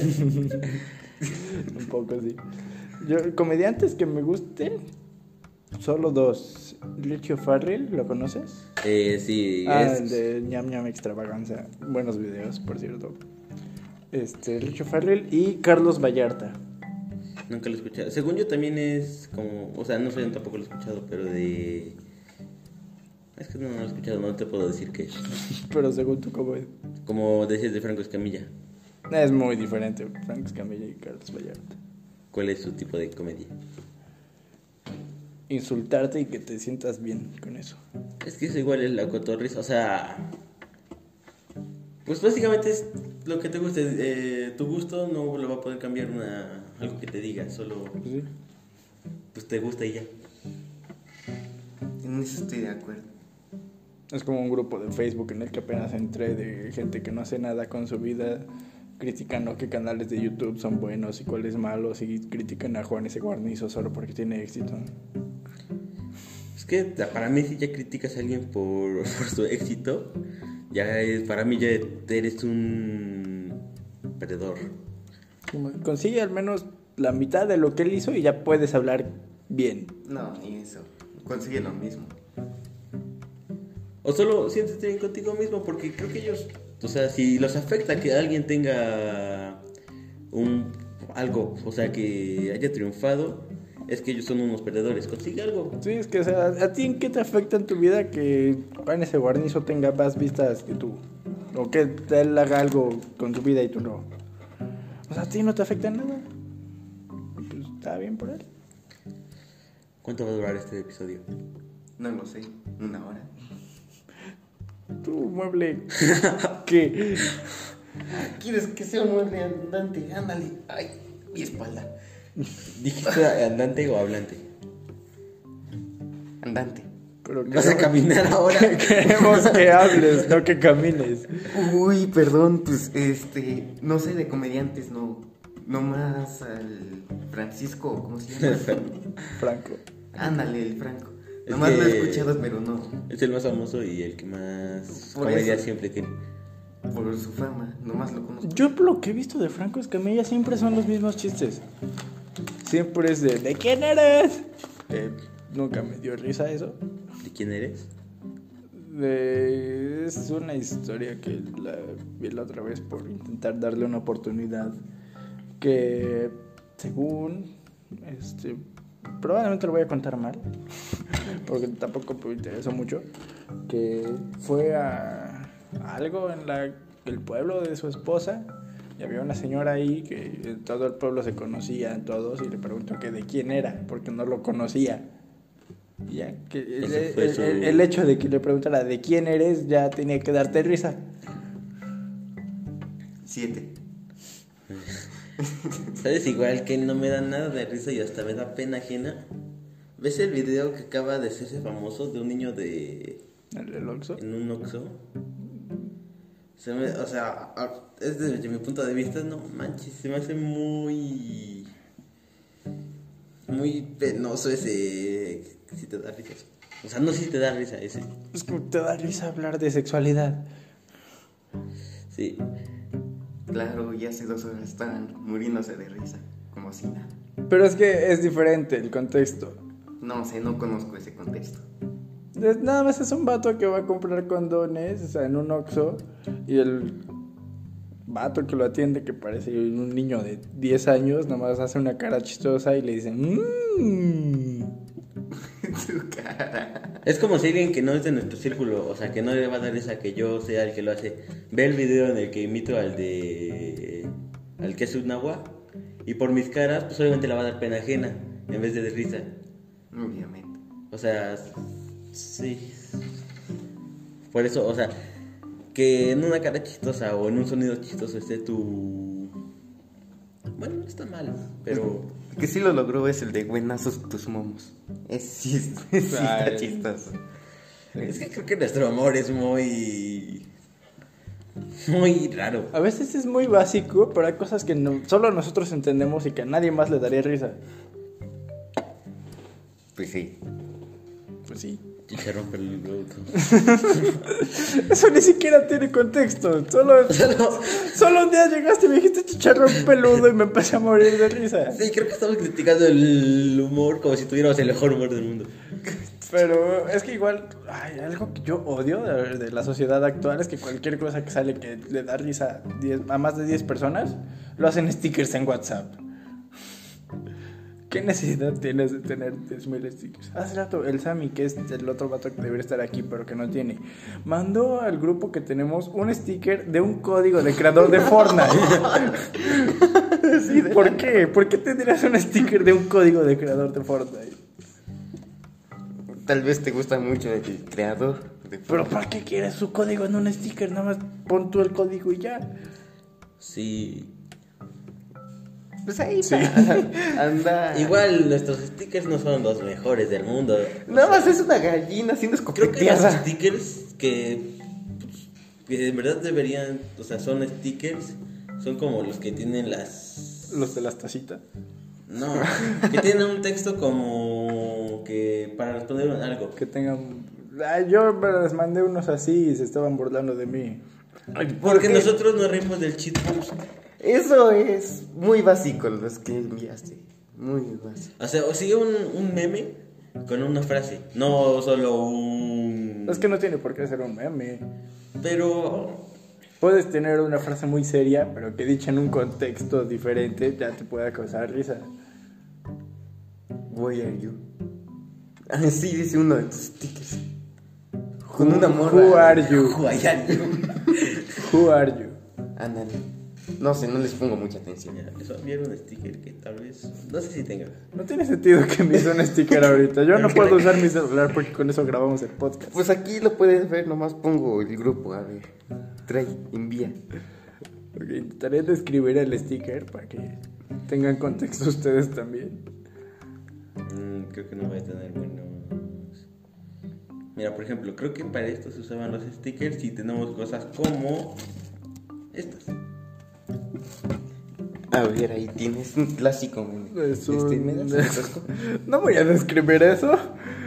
Un poco así. Yo, comediantes que me gusten, solo dos. Licho Farrell, ¿lo conoces? eh, sí, Ah, es. el de ñam ñam extravaganza. Buenos videos, por cierto. Este, Licho Farrell y Carlos Vallarta. Nunca lo he escuchado. Según yo también es como. O sea, no sé, tampoco lo he escuchado, pero de. Es que no, no lo he escuchado, no te puedo decir qué es. Pero según tú, ¿cómo es? Como decías de Franco Escamilla, Es muy diferente, Frank Escamilla y Carlos Vallarta. ¿cuál es su tipo de comedia? Insultarte y que te sientas bien con eso. Es que eso igual es la cotorrisa, o sea. Pues básicamente es lo que te guste. Eh, tu gusto no lo va a poder cambiar una, algo que te diga, solo Pues sí. pues te gusta y ya. En eso estoy de acuerdo. Es como un grupo de Facebook en el que apenas entré de gente que no hace nada con su vida, criticando qué canales de YouTube son buenos y cuáles malos, y critican a Juan ese Guarnizo solo porque tiene éxito. Es que para mí si ya criticas a alguien por, por su éxito, ya es, para mí ya eres un perdedor. Como consigue al menos la mitad de lo que él hizo y ya puedes hablar bien. No, ni eso. Consigue lo mismo. O solo siéntete bien contigo mismo, porque creo que ellos, o sea, si los afecta que alguien tenga un algo, o sea, que haya triunfado, es que ellos son unos perdedores. Consigue algo. Sí, es que, o sea, ¿a ti en qué te afecta en tu vida que Juan ese Guarnizo tenga más vistas que tú? O que él haga algo con tu vida y tú no. O sea, a ti no te afecta en nada. Pues está bien por él. ¿Cuánto va a durar este episodio? No lo sé. Una hora. Tu mueble. ¿Qué? ¿Quieres que sea un mueble andante? Ándale. Ay, mi espalda. ¿Dijiste andante o hablante? Andante. Pero ¿Vas a caminar ahora? Queremos que hables, no que camines. Uy, perdón, pues este, no sé de comediantes, no, no más al Francisco, ¿cómo se llama? Franco. Ándale, el Franco. Es Nomás lo he que- escuchado, pero no Es el más famoso y el que más Por comedia eso. siempre tiene. por su fama, nomás lo conozco. Yo lo que he visto de Franco Escamilla siempre son los mismos chistes. Siempre es de ¿de quién eres? Eh, nunca me dio risa eso. ¿De quién eres? De- es una historia que la vi la otra vez por intentar darle una oportunidad. Que según este probablemente lo voy a contar mal porque tampoco me interesó mucho. Que fue a, a algo en la, el pueblo de su esposa. Y había una señora ahí que en todo el pueblo se conocían todos y le preguntó que de quién era, porque no lo conocía. Y ya, que el, Ese fue el- su- el- el hecho de que le preguntara de quién eres ya tenía que darte risa. Siete. ¿Sabes? Igual que no me da nada de risa y hasta me da pena ajena. ¿Ves el video que acaba de hacerse famoso de un niño de... El, el Oxxo. en un Oxxo? Se me, o sea, a- es desde mi punto de vista, no manches, se me hace muy... muy penoso ese... si te da risa. O sea, no si te da risa ese. Es que te da risa hablar de sexualidad. Sí. Claro, ya hace dos horas estaban muriéndose de risa, como si nada. Pero es que es diferente el contexto. No sé, no conozco ese contexto. Es- Nada más es un vato que va a comprar condones, o sea, en un Oxxo, y el vato que lo atiende, que parece un niño de diez años, nada más hace una cara chistosa y le dice mmm. Su cara. Es como si alguien que no es de nuestro círculo, o sea, que no le va a dar risa que yo sea el que lo hace, ve el video en el que imito al de... al que es un agua, y por mis caras, pues obviamente le va a dar pena ajena, en vez de de risa. Obviamente. O sea, sí. Por eso, o sea, que en una cara chistosa o en un sonido chistoso esté tu... Bueno, no está mal, pero... El que sí lo logró es el de buenazos tus momos. Es sí, es- sí está Ay. chistoso. Es que creo que nuestro amor es muy... muy raro. A veces es muy básico, pero hay cosas que no, solo nosotros entendemos y que a nadie más le daría risa. Pues sí. Pues sí. Chicharrón peludo. Eso ni siquiera tiene contexto. Solo, solo un día llegaste y me dijiste chicharrón peludo y me empecé a morir de risa. Sí, creo que estamos criticando el humor como si tuviéramos el mejor humor del mundo. Pero es que igual, ay, algo que yo odio de, de la sociedad actual es que cualquier cosa que sale que le da risa a, diez a más de diez personas, lo hacen stickers en WhatsApp. ¿Qué necesidad tienes de tener diez mil stickers? Hace rato el Sammy, que es el otro vato que debería estar aquí pero que no tiene, mandó al grupo que tenemos un sticker de un código de creador de Fortnite. Sí, ¿por qué? ¿Por qué tendrías un sticker de un código de creador de Fortnite? Tal vez te gusta mucho el creador de ¿Pero para qué quieres su código en un sticker? Nada más pon tú el código y ya. Sí. Pues ahí Sí. está. Anda. Igual nuestros stickers no son los mejores del mundo. Nada más es una gallina siendo Creo que los escopeteada. stickers que, pues, que en verdad deberían, o sea, son stickers, son como los que tienen las... Los de las tacitas. No, que tienen un texto como que para responder algo. Que tengan... Ay, yo me les mandé unos así y se estaban burlando de mí. Porque qué? nosotros nos reímos del cheat boost. Eso es muy básico los que enviaste. Muy básico. O sea, o sigue un, un meme con una frase, no solo un... Es que no tiene por qué ser un meme. Pero... Puedes tener una frase muy seria, pero que dicha en un contexto diferente ya te pueda causar risa. Why are you? Así dice uno de tus stickers. Con una morra. Who are you? Guayario. Who are you? Ándale. No sé, no les pongo mucha atención. Ya, les voy a enviar un sticker que tal vez... No sé si tenga. No tiene sentido que me hice un sticker ahorita. Yo no puedo usar mi celular porque con eso grabamos el podcast. Pues aquí lo puedes ver, nomás pongo el grupo, a ver. Trae, envía. Ok, intentaré describir el sticker para que tengan contexto ustedes también. Mm, creo que no voy a tener buenos... Mira, por ejemplo, creo que para esto se usaban los stickers y tenemos cosas como... Estas. A ver, ahí tienes un clásico. meme. Es un- Este, ¿me das un refresco? No voy a describir eso.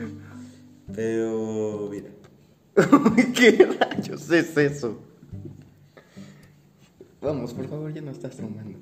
Pero, mira. ¿Qué rayos es eso? Vamos, por favor, ya no estás traumando.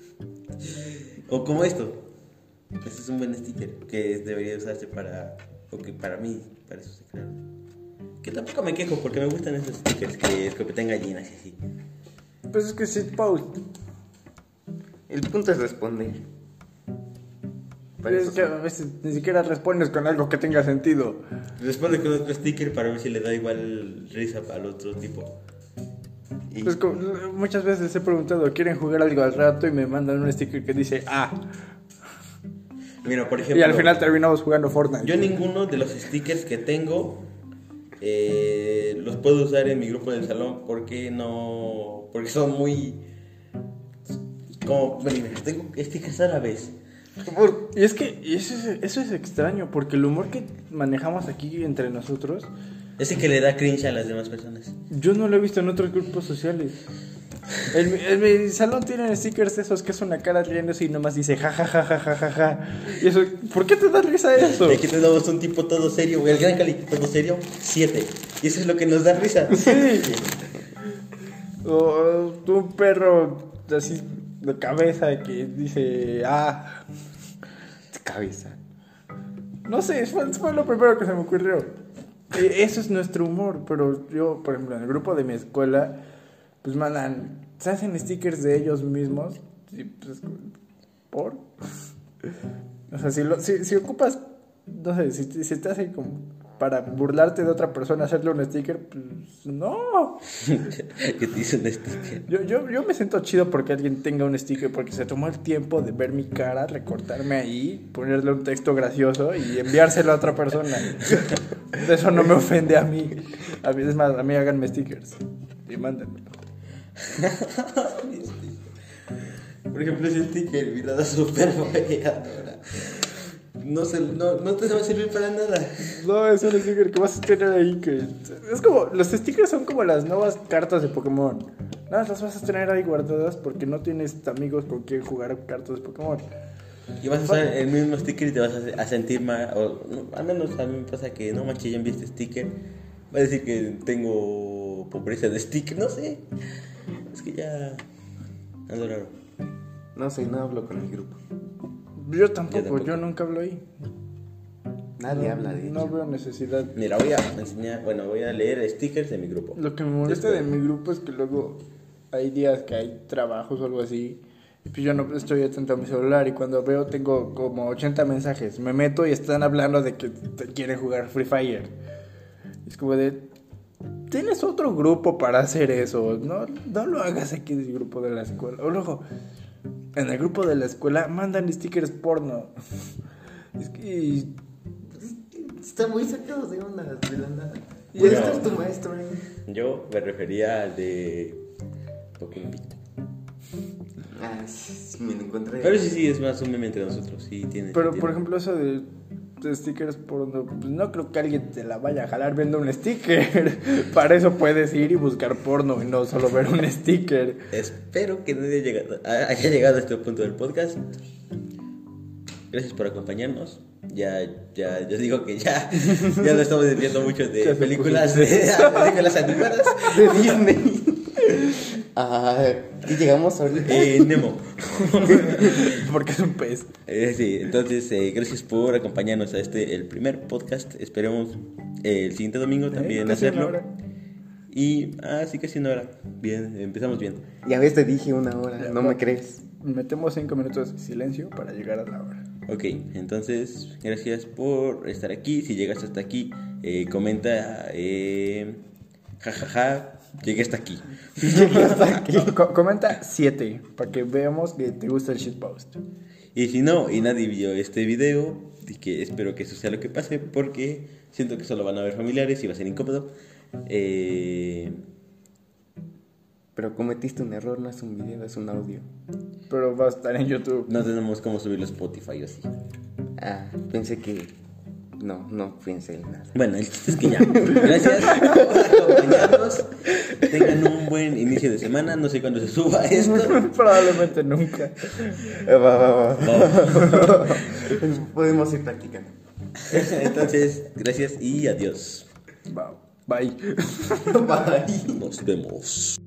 O como esto. Este es un buen sticker que debería usarse para... O que para mí, para eso se crearon. Que tampoco me quejo porque me gustan esos stickers que escopetan gallinas y así. Pues es que sí, post. El punto es responder. Para Es eso que a son- veces ni siquiera respondes con algo que tenga sentido. Responde con otro sticker para ver si le da igual risa al otro tipo. y- Pues como- muchas veces he preguntado, ¿quieren jugar algo al rato? Y me mandan un sticker que dice ah. Mira, por ejemplo... Y al final terminamos jugando Fortnite. Yo ninguno de los stickers que tengo eh, los puedo usar en mi grupo del salón porque no... Porque son muy... Como... Bueno, mira, tengo stickers árabes. Por- Y es que y eso, es, eso es extraño, porque el humor que manejamos aquí entre nosotros, Ese que le da cringe a las demás personas. yo no lo he visto en otros grupos sociales. En mi, en mi salón tienen stickers de esos que es una cara riéndose y nomás dice ja ja ja ja ja ja ja. Y eso, ¿por qué te da risa eso? Y aquí tenemos un tipo todo serio, el gran Cali todo serio, siete. Y eso es lo que nos da risa. Sí. O, o un perro así de cabeza que dice ah. Cabeza. No sé, fue, fue lo primero que se me ocurrió. E- Eso es nuestro humor, pero yo, por ejemplo, en el grupo de mi escuela, pues mandan, se hacen stickers de ellos mismos, y pues, ¿por? O sea, si, lo, si, si ocupas, no sé, si, si te hace como para burlarte de otra persona, hacerle un sticker, pues no. Que te hizo un sticker. Yo, yo, yo me siento chido porque alguien tenga un sticker, porque se tomó el tiempo de ver mi cara, recortarme ahí, ponerle un texto gracioso y enviárselo a otra persona. Eso no me ofende a mí. A mí es más, a mí háganme stickers y mándenmelo. Por ejemplo, ese sticker, mirada súper valladora. No, se, no, no te va a servir para nada. No, es un sticker que vas a tener ahí que... Es como, los stickers son como las nuevas cartas de Pokémon. Nada, las vas a tener ahí guardadas porque no tienes amigos con quien jugar cartas de Pokémon. Y vas a usar el mismo sticker y te vas a, a sentir mal. O, no, al menos a mí me pasa que no manches, ya envié este sticker. Va a decir que tengo pobreza de sticker, no sé. Es que ya ando raro. No sé, no hablo con el grupo. Yo tampoco, Yo tampoco. yo nunca hablo ahí. Nadie no, habla de No ello. veo necesidad. Mira, voy a enseñar, bueno, voy a leer stickers de mi grupo. Lo que me molesta de Después. mi grupo es que luego hay días que hay trabajos o algo así. Y pues yo no estoy atento a mi celular y cuando veo tengo como ochenta mensajes. Me meto y están hablando de que te quieren jugar Free Fire. Es como de... Tienes otro grupo para hacer eso. No, no lo hagas aquí en el grupo de la escuela. O luego, en el grupo de la escuela mandan stickers porno. Es que... Están muy sacados de onda de la nada. Y Bueno. este es tu maestro, ¿eh? Yo me refería al de Pokémon. Ah, sí, me lo encontré. Pero sí, sí, es más un meme entre nosotros. Sí, tiene. Pero, tiene. por ejemplo, eso de, de stickers porno, pues no creo que alguien te la vaya a jalar viendo un sticker. Para eso puedes ir y buscar porno y no solo ver un sticker. Espero que nadie haya llegado, haya llegado a este punto del podcast. Gracias por acompañarnos. Ya, ya, yo digo que ya, ya no estamos desviando mucho de Ya se películas, puso. de, películas animadas. De Disney. Ah, ¿qué llegamos ahorita? Eh, Nemo. Porque es un pez. Eh, sí, entonces, eh, gracias por acompañarnos a este, el primer podcast. Esperemos eh, el siguiente domingo también Eh, casi hacerlo. una hora. Y, ah, sí, casi una hora. Bien, empezamos bien. Ya ves, te dije una hora, Ya, no va. me crees. Metemos cinco minutos de silencio para llegar a la hora. Ok, entonces, gracias por estar aquí. Si llegaste hasta aquí, eh, comenta, eh, jajaja, llegué hasta aquí. Co- co- comenta siete para que veamos que te gusta el shitpost. Y si no, y nadie vio este video, y que espero que eso sea lo que pase, porque siento que solo van a ver familiares y va a ser incómodo. Eh, Pero cometiste un error, no es un video, es un audio. Pero va a estar en YouTube. no tenemos cómo subirlo a Spotify o así. Ah, pensé que... No, no pensé en nada. Bueno, el chiste es que ya. Gracias por acompañarnos. Tengan un buen inicio de semana. No sé cuándo se suba esto. Probablemente nunca. Va, va, va. Podemos ir practicando. Entonces, gracias y adiós. Va, bye. Bye. Nos vemos.